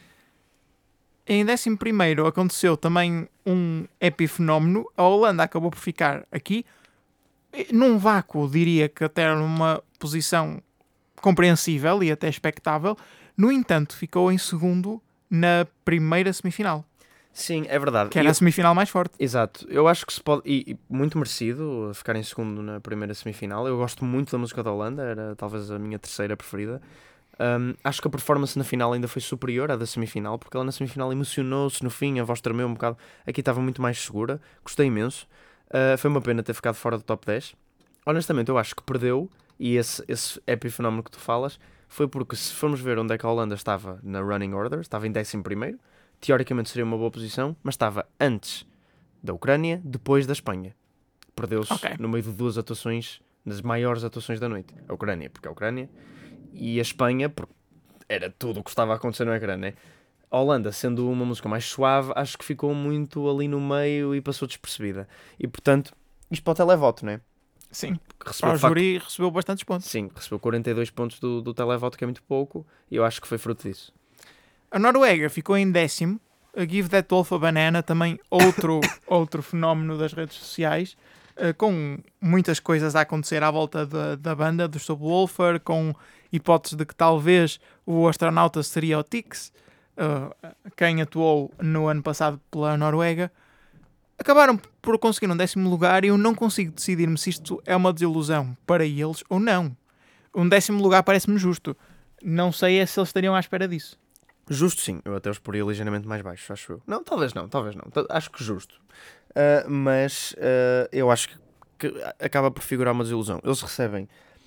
Em 11º aconteceu também um epifenómeno. A Holanda acabou por ficar aqui, num vácuo, diria que até numa posição compreensível e até expectável. No entanto, ficou em segundo na primeira semifinal. Sim, é verdade. Que era a semifinal mais forte. Exato. Eu acho que se pode... E muito merecido ficar em segundo na primeira semifinal. Eu gosto muito da música da Holanda. Era talvez a minha terceira preferida. Acho que a performance na final ainda foi superior à da semifinal, porque ela na semifinal emocionou-se no fim, a voz tremeu um bocado. Aqui estava muito mais segura. Gostei imenso. Foi uma pena ter ficado fora do top 10. Honestamente, eu acho que perdeu. E esse epifenómeno que tu falas foi porque, se formos ver onde é que a Holanda estava na running order, estava em 11º. Teoricamente seria uma boa posição, mas estava antes da Ucrânia, depois da Espanha. Perdeu-se no meio de duas atuações, das maiores atuações da noite. A Ucrânia, porque é a Ucrânia, e a Espanha, porque era tudo o que estava a acontecer no ecrã, né? A Holanda, sendo uma música mais suave, acho que ficou muito ali no meio e passou despercebida. E, portanto, isto para o televoto, não é? Sim, o júri recebeu bastantes pontos. Sim, recebeu 42 pontos do televoto, que é muito pouco, e eu acho que foi fruto disso. A Noruega ficou em 10º. A Give That Wolf a Banana, também outro fenómeno das redes sociais, com muitas coisas a acontecer à volta da banda, do Subwoofer, com hipóteses de que talvez o astronauta seria o Tix, quem atuou no ano passado pela Noruega. Acabaram por conseguir um 10º lugar e eu não consigo decidir-me se isto é uma desilusão para eles ou não. Um 10º lugar parece-me justo. Não sei se eles estariam à espera disso. Justo, sim. Eu até os poria ligeiramente mais baixos, acho eu. Não, talvez não. Acho que justo. Mas eu acho que acaba por figurar uma desilusão. Eles recebem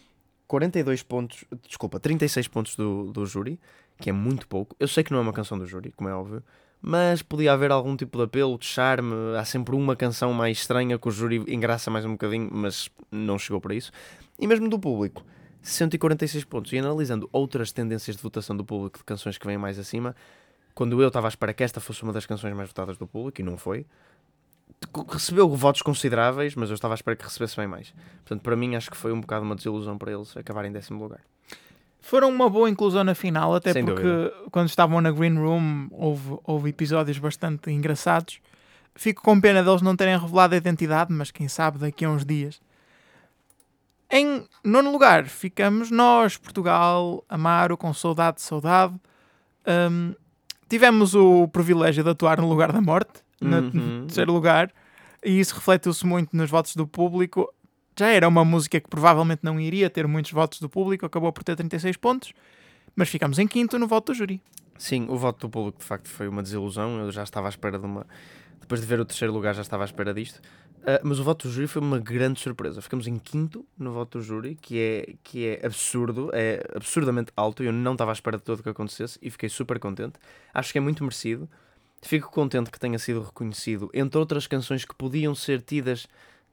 36 pontos do júri, que é muito pouco. Eu sei que não é uma canção do júri, como é óbvio, mas podia haver algum tipo de apelo, de charme. Há sempre uma canção mais estranha que o júri engraça mais um bocadinho, mas não chegou para isso. E mesmo do público, 146 pontos. E analisando outras tendências de votação do público de canções que vêm mais acima, quando eu estava à espera que esta fosse uma das canções mais votadas do público, e não foi, recebeu votos consideráveis, mas eu estava à espera que recebesse bem mais. Portanto, para mim, acho que foi um bocado uma desilusão para eles acabarem em 10º lugar. Foram uma boa inclusão na final, até sem porque dúvida, quando estavam na Green Room houve episódios bastante engraçados. Fico com pena deles não terem revelado a identidade, mas quem sabe daqui a uns dias. Em 9º lugar ficamos nós, Portugal, Amaro, com Saudade. Tivemos o privilégio de atuar no lugar da morte, no 3º lugar, e isso refletiu-se muito nos votos do público. Já era uma música que provavelmente não iria ter muitos votos do público, acabou por ter 36 pontos, mas ficamos em 5º no voto do júri. Sim, o voto do público de facto foi uma desilusão. Eu já estava à espera de uma... Depois de ver o 3º lugar já estava à espera disto. Mas o voto do júri foi uma grande surpresa. Ficamos em 5º no voto do júri, que é absurdo, é absurdamente alto. Eu não estava à espera de tudo o que acontecesse e fiquei super contente. Acho que é muito merecido. Fico contente que tenha sido reconhecido, entre outras canções que podiam ser tidas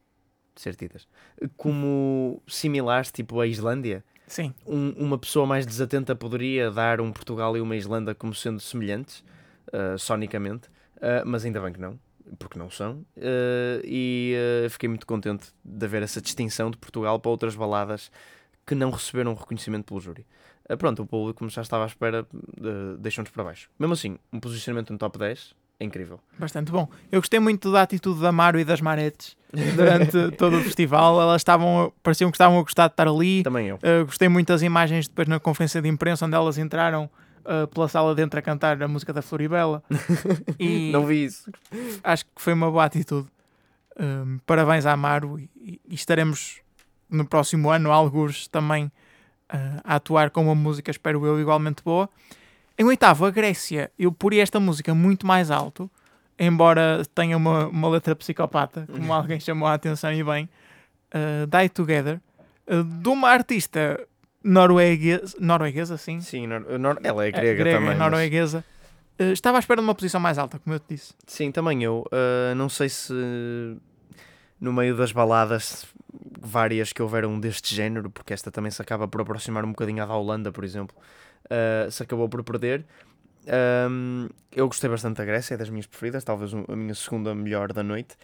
como similares, tipo a Islândia. Sim. Uma pessoa mais desatenta poderia dar um Portugal e uma Islândia como sendo semelhantes, sonicamente, mas ainda bem que não, porque não são. Fiquei muito contente de haver essa distinção de Portugal para outras baladas que não receberam reconhecimento pelo júri. Pronto, o público, como já estava à espera, deixou-nos para baixo. Mesmo assim, um posicionamento no top 10 é incrível. Bastante bom. Eu gostei muito da atitude da Amaro e das Maretes durante todo o festival. Elas pareciam que estavam a gostar de estar ali. Também eu. Gostei muito das imagens depois na conferência de imprensa, onde elas entraram pela sala dentro a cantar a música da Floribela. E não vi isso. Acho que foi uma boa atitude. Parabéns à Amaro e estaremos no próximo ano, algures, também a atuar com uma música, espero eu, igualmente boa. Em 8º, a Grécia, eu poria esta música muito mais alto, embora tenha uma letra psicopata, como alguém chamou a atenção e bem. Die Together, de uma artista norueguesa, sim. Sim, ela é grega também. Norueguesa. Estava à espera de uma posição mais alta, como eu te disse. Sim, também eu. Não sei se no meio das baladas várias que houveram deste género, porque esta também se acaba por aproximar um bocadinho à da Holanda, por exemplo, se acabou por perder. Eu gostei bastante da Grécia, é das minhas preferidas, talvez a minha segunda melhor da noite.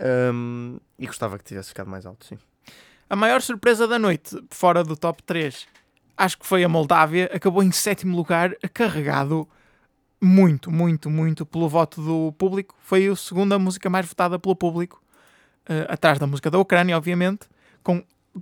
E gostava que tivesse ficado mais alto, sim. A maior surpresa da noite, fora do top 3, acho que foi a Moldávia. Acabou em 7º lugar, carregado muito pelo voto do público. Foi a segunda música mais votada pelo público, atrás da música da Ucrânia, obviamente, com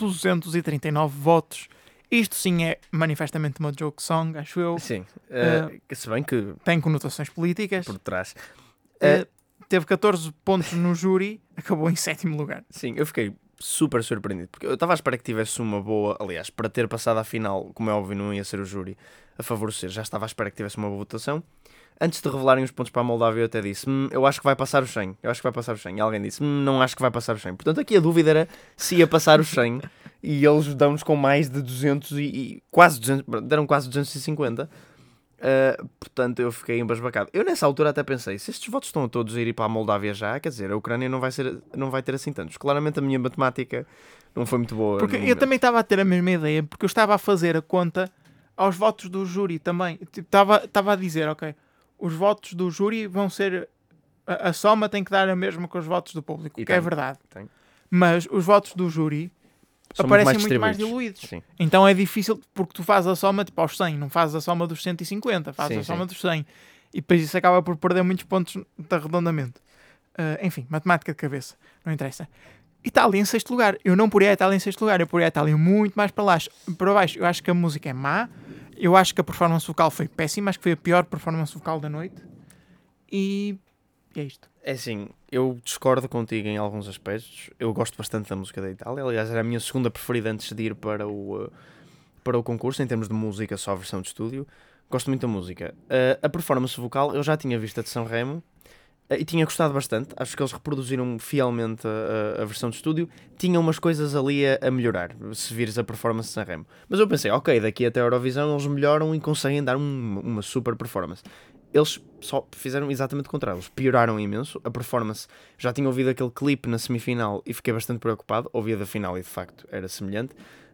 239 votos. Isto sim é manifestamente uma joke song, acho eu. Sim, se bem que tem conotações políticas. por trás. Teve 14 pontos no júri, acabou em 7º lugar. Sim, eu fiquei super surpreendido, porque eu estava à espera que tivesse uma boa, aliás, para ter passado à final, como é óbvio, não ia ser o júri a favorecer, já estava à espera que tivesse uma boa votação. Antes de revelarem os pontos para a Moldávia, eu até disse, eu acho que vai passar o 100, e alguém disse, não acho que vai passar o 100. Portanto, aqui a dúvida era se ia passar o 100, e eles dão-nos com mais de 200 e quase 200, deram quase 250. Portanto, eu fiquei embasbacado. Eu nessa altura até pensei, se estes votos estão todos a ir para a Moldávia já, quer dizer, a Ucrânia não vai ter assim tantos. Claramente a minha matemática não foi muito boa. Porque eu também estava a ter a mesma ideia, porque eu estava a fazer a conta aos votos do júri também. Estava a dizer, ok, os votos do júri vão ser... A soma tem que dar a mesma que os votos do público, que é verdade. Tem. Mas os votos do júri aparecem muito mais diluídos. Sim. Então é difícil, porque tu fazes a soma tipo aos 100, não fazes a soma dos 150, fazes a soma dos 100. E depois isso acaba por perder muitos pontos de arredondamento. Enfim, matemática de cabeça, não interessa. Itália em 6º lugar. Eu não poria a Itália em 6º lugar, eu poria a Itália muito mais para baixo. Eu acho que a música é má, eu acho que a performance vocal foi péssima, acho que foi a pior performance vocal da noite. E é isto. É assim, eu discordo contigo em alguns aspectos. Eu gosto bastante da música da Itália. Aliás, era a minha segunda preferida antes de ir para o concurso, em termos de música, só a versão de estúdio. Gosto muito da música. A performance vocal, eu já tinha visto a de Sanremo e tinha gostado bastante. Acho que eles reproduziram fielmente a versão de estúdio. Tinha umas coisas ali a melhorar, se vires a performance de Sanremo. Mas eu pensei, ok, daqui até a Eurovisão eles melhoram e conseguem dar uma super performance. Eles só fizeram exatamente o contrário. Eles pioraram imenso a performance. Já tinha ouvido aquele clipe na semifinal e fiquei bastante preocupado. Ouvi a da final e de facto era semelhante.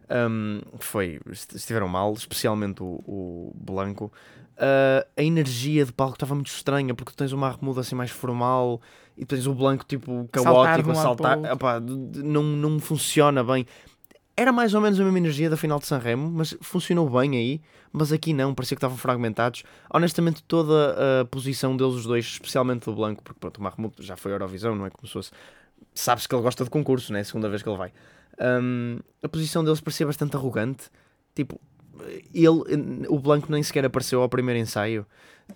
Estiveram mal, especialmente o Blanco. A energia de palco estava muito estranha, porque tu tens uma arremuda assim mais formal e tens o Blanco tipo caótico a saltar. Não funciona bem. Era mais ou menos a mesma energia da final de Sanremo, mas funcionou bem aí. Mas aqui não, parecia que estavam fragmentados. Honestamente, toda a posição deles os dois, especialmente do Blanco, porque pronto, o Mahmoud já foi Eurovisão, não é como se fosse... Sabes que ele gosta de concurso, não é? A segunda vez que ele vai. A posição deles parecia bastante arrogante. Tipo, o Blanco nem sequer apareceu ao primeiro ensaio.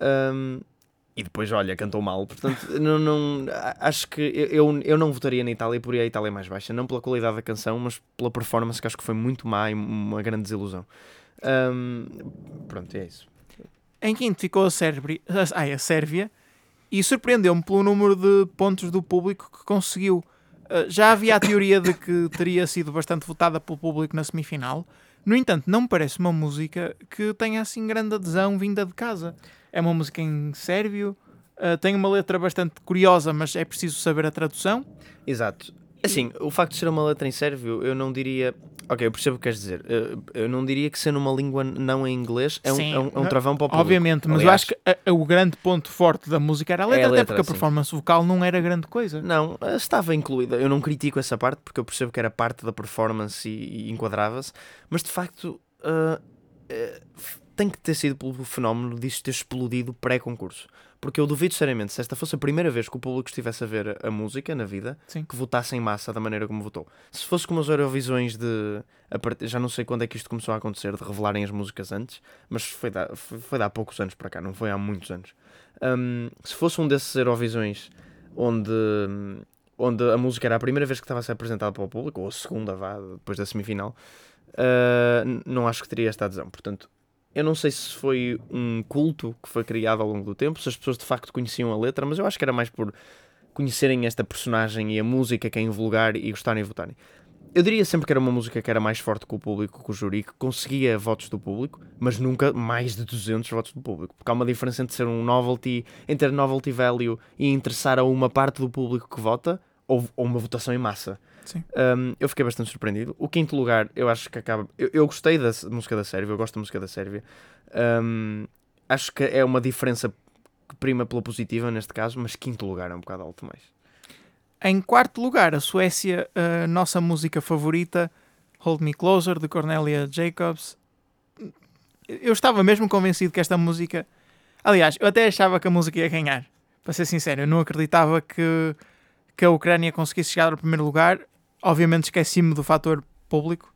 E depois, olha, cantou mal. Portanto, acho que eu não votaria na Itália, poria a Itália mais baixa. Não pela qualidade da canção, mas pela performance, que acho que foi muito má e uma grande desilusão. Pronto, é isso. Em quinto ficou a Sérvia, e surpreendeu-me pelo número de pontos do público que conseguiu. Já havia a teoria de que teria sido bastante votada pelo público na semifinal. No entanto, não me parece uma música que tenha assim grande adesão vinda de casa. É uma música em sérvio, tem uma letra bastante curiosa, mas é preciso saber a tradução. Exato. Assim, o facto de ser uma letra em sérvio, eu não diria... Ok, eu percebo o que queres dizer. Eu não diria que ser numa língua não em inglês é um travão para o público. Obviamente, mas aliás, eu acho que o grande ponto forte da música era a letra, até porque a performance vocal não era grande coisa. Não, estava incluída. Eu não critico essa parte, porque eu percebo que era parte da performance e enquadrava-se, mas de facto tem que ter sido pelo fenómeno disto ter explodido pré-concurso. Porque eu duvido seriamente, se esta fosse a primeira vez que o público estivesse a ver a música na vida, sim, que votasse em massa da maneira como votou. Se fosse como as Eurovisões já não sei quando é que isto começou a acontecer, de revelarem as músicas antes, mas foi de há poucos anos para cá, não foi há muitos anos. Se fosse um desses Eurovisões onde a música era a primeira vez que estava a ser apresentada para o público, ou a segunda, depois da semifinal, não acho que teria esta adesão. Portanto, eu não sei se foi um culto que foi criado ao longo do tempo, se as pessoas de facto conheciam a letra, mas eu acho que era mais por conhecerem esta personagem e a música que é invulgar e gostarem de votarem. Eu diria sempre que era uma música que era mais forte que o público, que o júri, que conseguia votos do público, mas nunca mais de 200 votos do público. Porque há uma diferença entre ser um novelty, entre novelty value e interessar a uma parte do público que vota, ou uma votação em massa. Sim. Eu fiquei bastante surpreendido. O quinto lugar, eu acho que acaba... Eu gostei da música da Sérvia, eu gosto da música da Sérvia. acho que é uma diferença que prima pela positiva neste caso, mas quinto lugar é um bocado alto mais. Em quarto lugar, a Suécia, a nossa música favorita, Hold Me Closer, de Cornelia Jacobs. Eu estava mesmo convencido que esta música... Aliás, eu até achava que a música ia ganhar. Para ser sincero, eu não acreditava que a Ucrânia conseguisse chegar ao primeiro lugar. Obviamente esqueci-me do fator público.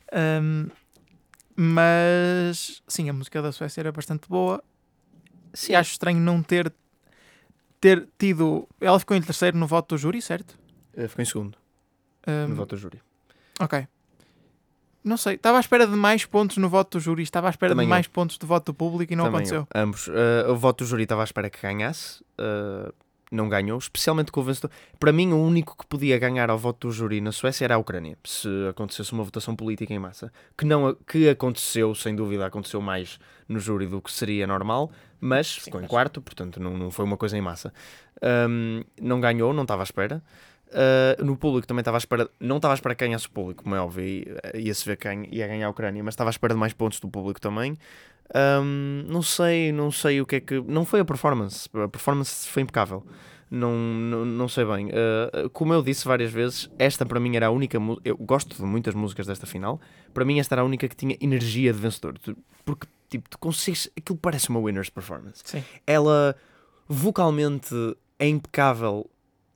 Mas, sim, a música da Suécia era bastante boa. Sim, acho estranho não ter tido... Ela ficou em terceiro no voto do júri, certo? Ficou em segundo no voto do júri. Ok. Não sei, estava à espera de mais pontos no voto do júri, estava à espera Também de mais pontos do voto do público e não aconteceu. Ambos. O voto do júri estava à espera que ganhasse, não ganhou, especialmente com o vencedor. Para mim, o único que podia ganhar ao voto do júri na Suécia era a Ucrânia, se acontecesse uma votação política em massa. Que aconteceu, sem dúvida, aconteceu mais no júri do que seria normal, mas ficou em quarto, portanto não foi uma coisa em massa. Não ganhou, não estava à espera. No público também estava à espera, não estava à espera que ganhasse o público, como é óbvio, ia-se ver quem ia ganhar a Ucrânia, mas estava à espera de mais pontos do público também. Não sei o que é que... Não foi a performance foi impecável, não sei bem. Como eu disse várias vezes, esta para mim era a única música, eu gosto de muitas músicas desta final, para mim esta era a única que tinha energia de vencedor, porque tipo, tu consegues, aquilo parece uma winner's performance. Sim. Ela vocalmente é impecável,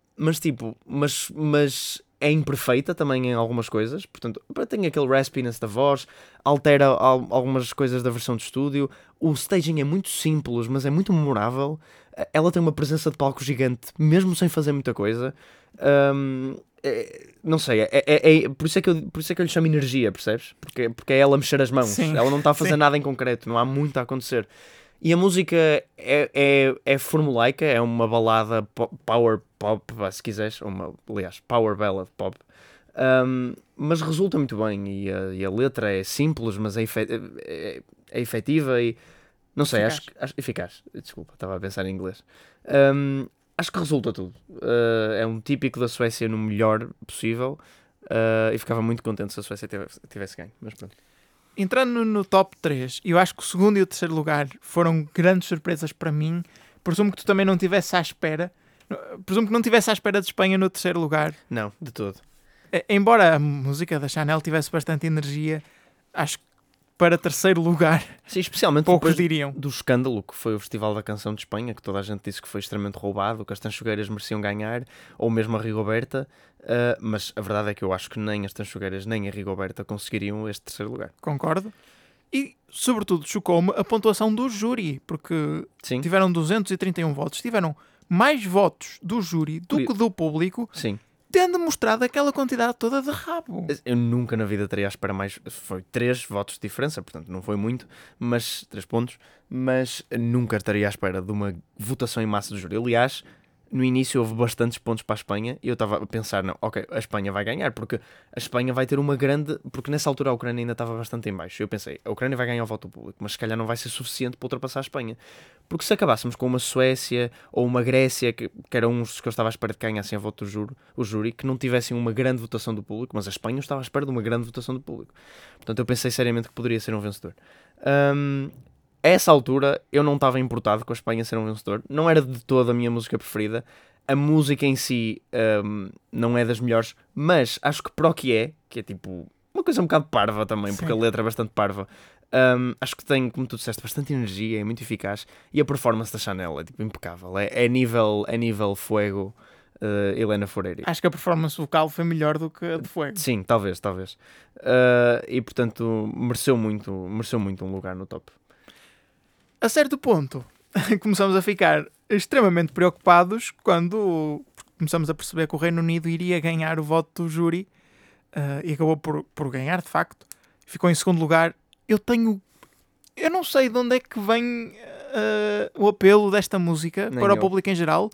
mas é imperfeita também em algumas coisas, portanto, tem aquele raspiness da voz, altera algumas coisas da versão de estúdio, o staging é muito simples, mas é muito memorável, ela tem uma presença de palco gigante, mesmo sem fazer muita coisa, não sei, por isso é que eu lhe chamo energia, percebes? Porque é ela mexer as mãos, sim, ela não está a fazer nada em concreto, não há muito a acontecer. E a música é formulaica, é uma balada power pop, se quiseres, aliás, power ballad pop, mas resulta muito bem, e a letra é simples, mas é efetiva e, não sei, acho eficaz, desculpa, estava a pensar em inglês. Acho que resulta tudo. É um típico da Suécia no melhor possível, e ficava muito contente se a Suécia tivesse ganho, mas pronto. Entrando no top 3, eu acho que o segundo e o terceiro lugar foram grandes surpresas para mim. Presumo que tu também não estivesse à espera. Presumo que não estivesse à espera de Espanha no terceiro lugar. Não, de todo. Embora a música da Chanel tivesse bastante energia, acho que para terceiro lugar, sim, especialmente poucos depois diriam. Do escândalo que foi o Festival da Canção de Espanha, que toda a gente disse que foi extremamente roubado, que as Tanchugueiras mereciam ganhar, ou mesmo a Rigoberta, mas a verdade é que eu acho que nem as Tanchugueiras nem a Rigoberta conseguiriam este terceiro lugar. Concordo. E, sobretudo, chocou-me a pontuação do júri, porque sim, tiveram 231 votos, tiveram mais votos do júri do que do público. Sim. Tendo mostrado aquela quantidade toda de rabo. Eu nunca na vida teria à espera mais... Foi 3 votos de diferença, portanto não foi muito, mas 3 pontos, mas nunca estaria à espera de uma votação em massa do júri. Aliás, no início houve bastantes pontos para a Espanha e eu estava a pensar, não, ok, a Espanha vai ganhar, porque a Espanha vai ter uma grande... Porque nessa altura a Ucrânia ainda estava bastante em baixo. Eu pensei, a Ucrânia vai ganhar o voto público, mas se calhar não vai ser suficiente para ultrapassar a Espanha. Porque se acabássemos com uma Suécia ou uma Grécia, que eram uns que eu estava à espera de que ganhassem a voto o júri, que não tivessem uma grande votação do público, mas a Espanha eu estava à espera de uma grande votação do público. Portanto, eu pensei seriamente que poderia ser um vencedor. A essa altura, eu não estava importado com a Espanha ser um vencedor. Não era de toda a minha música preferida. A música em si não é das melhores, mas acho que para o que é tipo uma coisa um bocado parva também, porque a letra é bastante parva. Acho que tem, como tu disseste, bastante energia, é muito eficaz, e a performance da Chanel é tipo impecável, é nível Fuego, Helena Foureiro. Acho que a performance vocal foi melhor do que a de Fuego. Sim, talvez. E portanto mereceu muito um lugar no top. A certo ponto começamos a ficar extremamente preocupados quando começamos a perceber que o Reino Unido iria ganhar o voto do júri, e acabou por ganhar de facto, ficou em segundo lugar. Eu não sei de onde é que vem o apelo desta música para o público em geral.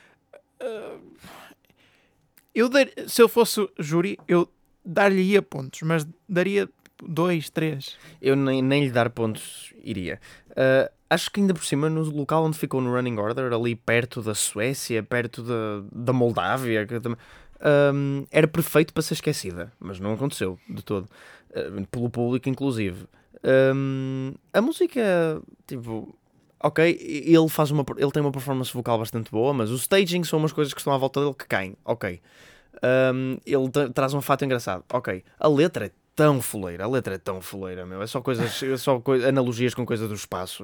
Se eu fosse júri, eu dar-lhe-ia pontos, mas daria 2, 3. Eu nem lhe dar pontos iria. Acho que ainda por cima, no local onde ficou no running order, ali perto da Suécia, perto da Moldávia, era perfeito para ser esquecida, mas não aconteceu de todo, pelo público inclusive. A música, tipo, ok, ele tem uma performance vocal bastante boa, mas o staging são umas coisas que estão à volta dele que caem, ok. Ele traz um fato engraçado, ok. A letra é tão fuleira, meu. É só analogias com coisas do espaço.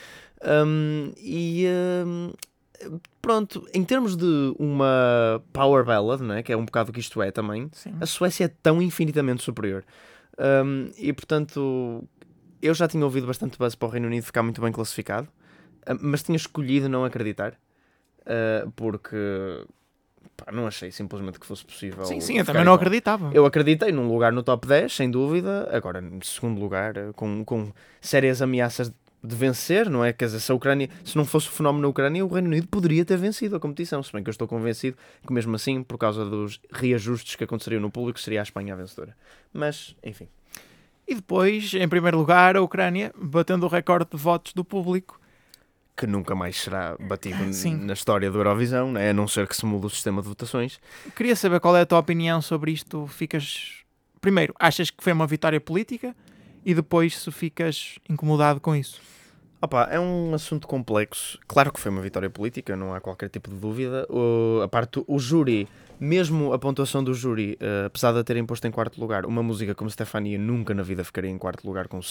Pronto, em termos de uma power ballad, não é? Que é um bocado o que isto é também, Sim. a Suécia é tão infinitamente superior. E portanto, eu já tinha ouvido bastante buzz para o Reino Unido ficar muito bem classificado, mas tinha escolhido não acreditar, porque não achei simplesmente que fosse possível. Sim, eu também não acreditava. Eu acreditei num lugar no top 10, sem dúvida. Agora, em segundo lugar, com sérias ameaças de vencer, não é? Quer dizer, se não fosse o fenómeno na Ucrânia, o Reino Unido poderia ter vencido a competição. Se bem que eu estou convencido que mesmo assim, por causa dos reajustes que aconteceriam no público, seria a Espanha a vencedora. Mas, enfim. E depois, em primeiro lugar, a Ucrânia, batendo o recorde de votos do público. Que nunca mais será batido na história do Eurovisão, né? A não ser que se mude o sistema de votações. Queria saber qual é a tua opinião sobre isto. Primeiro, achas que foi uma vitória política? E depois, se ficas incomodado com isso? É um assunto complexo. Claro que foi uma vitória política, não há qualquer tipo de dúvida. O júri, mesmo a pontuação do júri, apesar de a terem posto em quarto lugar, uma música como Stefania nunca na vida ficaria em quarto lugar com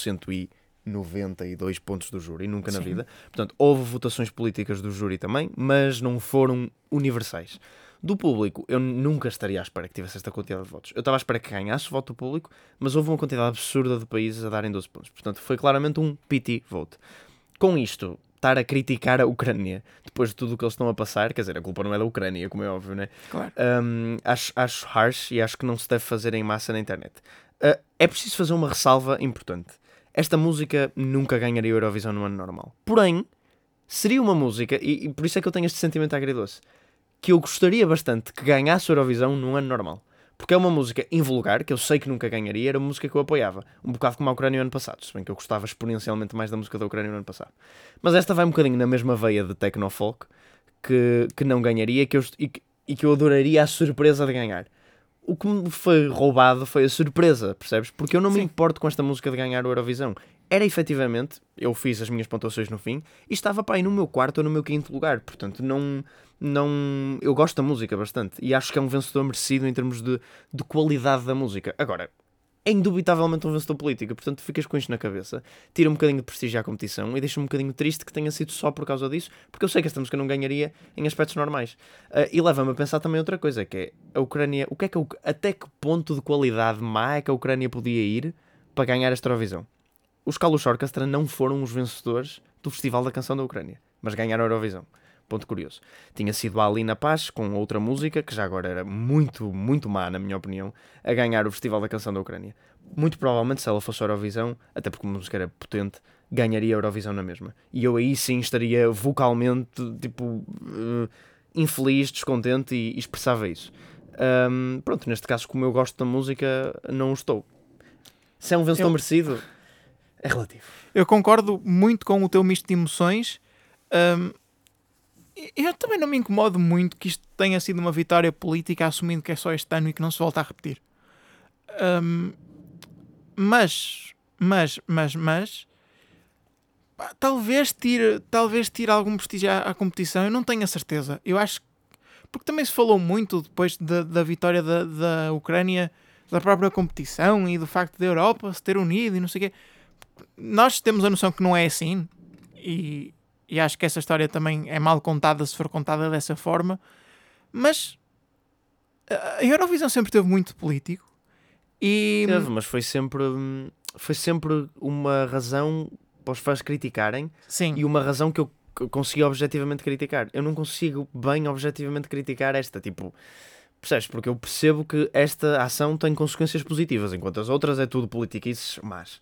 192 pontos do júri, nunca na vida. Portanto, houve votações políticas do júri também, mas não foram universais. Do público, eu nunca estaria à espera que tivesse esta quantidade de votos. Eu estava à espera que ganhasse o voto do público, mas houve uma quantidade absurda de países a darem 12 pontos. Portanto, foi claramente um pity vote. Com isto, estar a criticar a Ucrânia depois de tudo o que eles estão a passar, quer dizer, a culpa não é da Ucrânia, como é óbvio, né? Claro. Acho harsh e acho que não se deve fazer em massa na internet. É preciso fazer uma ressalva importante. Esta música nunca ganharia a Eurovisão no ano normal. Porém, seria uma música, e por isso é que eu tenho este sentimento agridoce, que eu gostaria bastante que ganhasse a Eurovisão num ano normal. Porque é uma música invulgar, que eu sei que nunca ganharia, era uma música que eu apoiava. Um bocado como a Ucrânia no ano passado, se bem que eu gostava exponencialmente mais da música da Ucrânia no ano passado. Mas esta vai um bocadinho na mesma veia de techno-folk, que não ganharia e que eu adoraria a surpresa de ganhar. O que me foi roubado foi a surpresa, percebes? Porque eu não me importo com esta música de ganhar o Eurovisão. Era efetivamente, eu fiz as minhas pontuações no fim e estava aí no meu quarto ou no meu quinto lugar. Portanto, eu gosto da música bastante e acho que é um vencedor merecido em termos de qualidade da música. Agora, é indubitavelmente um vencedor político, portanto ficas com isto na cabeça, tira um bocadinho de prestígio à competição e deixa-me um bocadinho triste que tenha sido só por causa disso, porque eu sei que esta música não ganharia em aspectos normais. E leva-me a pensar também outra coisa, que é a Ucrânia, até que ponto de qualidade má é que a Ucrânia podia ir para ganhar esta Eurovisão? Os Kalush Orchestra não foram os vencedores do Festival da Canção da Ucrânia, mas ganharam a Eurovisão. Ponto curioso. Tinha sido a Alina Paz, com outra música, que já agora era muito, muito má, na minha opinião, a ganhar o Festival da Canção da Ucrânia. Muito provavelmente, se ela fosse a Eurovisão, até porque a música era potente, ganharia a Eurovisão na mesma. E eu aí sim estaria vocalmente, infeliz, descontente e expressava isso. Pronto, neste caso, como eu gosto da música, não o estou. Se é um vencedor merecido, é relativo. Eu concordo muito com o teu misto de emoções. Eu também não me incomodo muito que isto tenha sido uma vitória política, assumindo que é só este ano e que não se volta a repetir. Mas talvez tire algum prestígio à competição. Eu não tenho a certeza. Eu acho que, porque também se falou muito depois da vitória da Ucrânia, da própria competição e do facto da Europa se ter unido e não sei o quê. Nós temos a noção que não é assim e acho que essa história também é mal contada se for contada dessa forma, mas a Eurovisão sempre teve muito político e... Teve, mas foi sempre uma razão para os fãs criticarem. Sim. E uma razão que eu consegui objetivamente criticar. Eu não consigo bem objetivamente criticar esta, percebes? Porque eu percebo que esta ação tem consequências positivas, enquanto as outras é tudo politiquices más.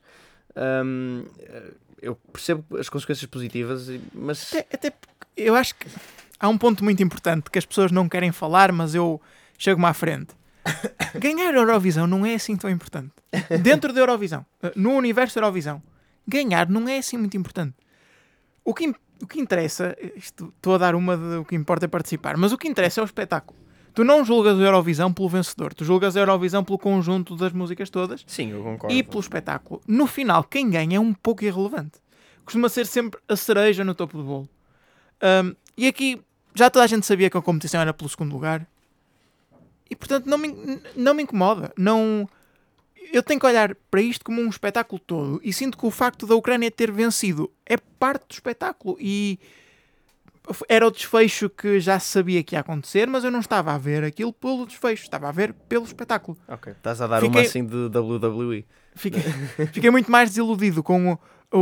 Eu percebo as consequências positivas, mas... Até eu acho que há um ponto muito importante que as pessoas não querem falar, mas eu chego-me à frente. Ganhar a Eurovisão não é assim tão importante. Dentro da Eurovisão, no universo da Eurovisão, ganhar não é assim muito importante. O que interessa, estou a dar uma de o que importa é participar, mas o que interessa é o espetáculo. Tu não julgas a Eurovisão pelo vencedor, tu julgas a Eurovisão pelo conjunto das músicas todas. Sim, eu concordo. E pelo espetáculo. No final, quem ganha é um pouco irrelevante. costuma ser sempre a cereja no topo do bolo. E aqui já toda a gente sabia que a competição era pelo segundo lugar. E portanto não me incomoda. Eu tenho que olhar para isto como um espetáculo todo. E sinto que o facto da Ucrânia ter vencido é parte do espetáculo. E era o desfecho que já sabia que ia acontecer, mas eu não estava a ver aquilo pelo desfecho. Estava a ver pelo espetáculo. Ok, estás a dar uma assim de WWE. Fiquei muito mais desiludido com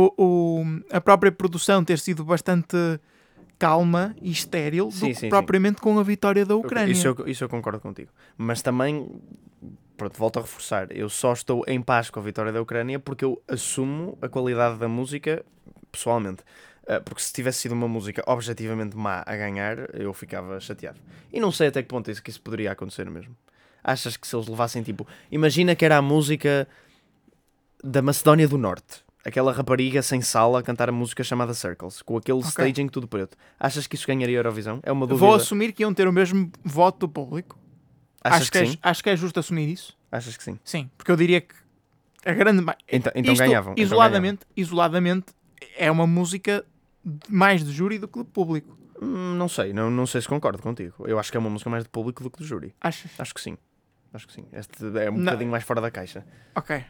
a própria produção ter sido bastante calma e estéril do que propriamente com a vitória da Ucrânia. Isso eu concordo contigo. Mas também, pronto, volto a reforçar, eu só estou em paz com a vitória da Ucrânia porque eu assumo a qualidade da música pessoalmente. Porque se tivesse sido uma música objetivamente má a ganhar, eu ficava chateado. E não sei até que ponto que isso poderia acontecer mesmo. Achas que se eles levassem tipo... Imagina que era a música da Macedónia do Norte. Aquela rapariga sem sala a cantar a música chamada Circles, com aquele staging tudo preto. Achas que isso ganharia a Eurovisão? É uma dúvida. Vou assumir que iam ter o mesmo voto do público. Achas que sim? Acho que é justo assumir isso. Achas que sim? Sim, porque eu diria que a grande... Então isto, ganhavam. Isoladamente, é uma música mais do júri do que do público. Não sei se concordo contigo. Eu acho que é uma música mais do público do que do júri. Achas? Acho que sim. Este é um bocadinho mais fora da caixa. Ok.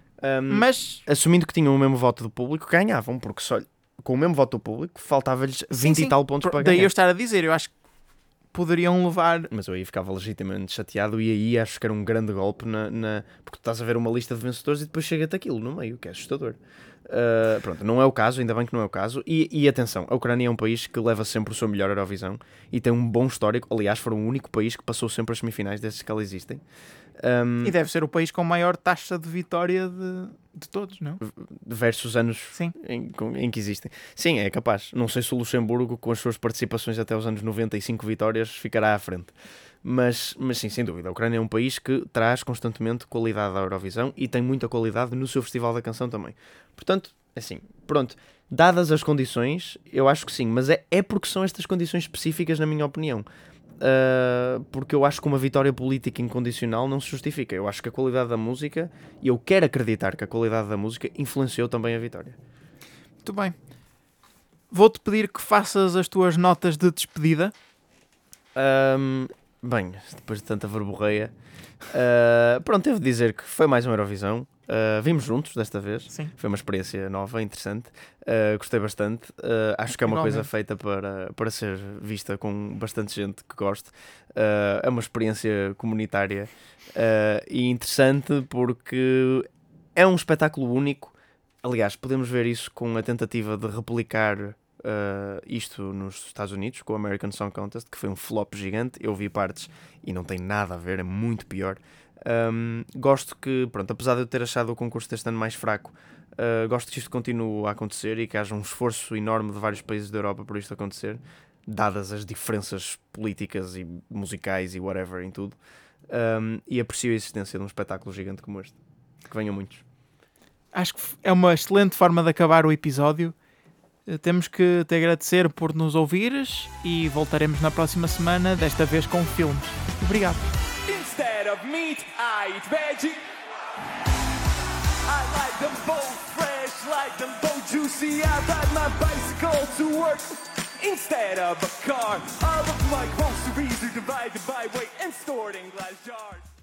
Mas assumindo que tinham o mesmo voto do público, ganhavam, porque só com o mesmo voto do público faltava-lhes 20 e tal pontos para ganhar. Daí eu estar a dizer, eu acho que poderiam levar... Mas eu aí ficava legitimamente chateado e aí acho que era um grande golpe porque tu estás a ver uma lista de vencedores e depois chega-te aquilo no meio, que é assustador. Pronto, não é o caso, ainda bem que não é o caso. E atenção, a Ucrânia é um país que leva sempre o seu melhor Eurovisão e tem um bom histórico. Aliás, foram o único país que passou sempre as semifinais desde que elas existem. E deve ser o país com maior taxa de vitória de todos, não? Versus anos em que existem. Sim, é capaz. Não sei se o Luxemburgo, com as suas participações até os anos 95 vitórias, ficará à frente. Mas sim, sem dúvida. A Ucrânia é um país que traz constantemente qualidade à Eurovisão e tem muita qualidade no seu Festival da Canção também. Portanto, assim, pronto. Dadas as condições, eu acho que sim. Mas é porque são estas condições específicas, na minha opinião. Porque eu acho que uma vitória política incondicional não se justifica. Eu acho que a qualidade da música, e eu quero acreditar que a qualidade da música influenciou também a vitória. Muito bem. Vou-te pedir que faças as tuas notas de despedida. Bem, depois de tanta verborreia, pronto, devo dizer que foi mais uma Eurovisão. Vimos juntos desta vez. Sim. Foi uma experiência nova, interessante. Gostei bastante. Acho que é uma coisa feita para ser vista com bastante gente que goste. É uma experiência comunitária e interessante porque é um espetáculo único. Aliás, podemos ver isso com a tentativa de replicar isto nos Estados Unidos com o American Song Contest, que foi um flop gigante. Eu vi partes e não tem nada a ver, é muito pior. Gosto que, pronto, apesar de eu ter achado o concurso deste ano mais fraco, gosto que isto continue a acontecer e que haja um esforço enorme de vários países da Europa por isto acontecer, dadas as diferenças políticas e musicais e whatever em tudo. E aprecio a existência de um espetáculo gigante como este. Que venham muitos. Acho que é uma excelente forma de acabar o episódio. Temos que te agradecer por nos ouvires e voltaremos na próxima semana, desta vez com filmes. Obrigado. Instead of meat, I eat veggie. I like them both fresh, like them both juicy. I ride my bicycle to work instead of a car. All of my groceries are divided by weight and stored in glass jars.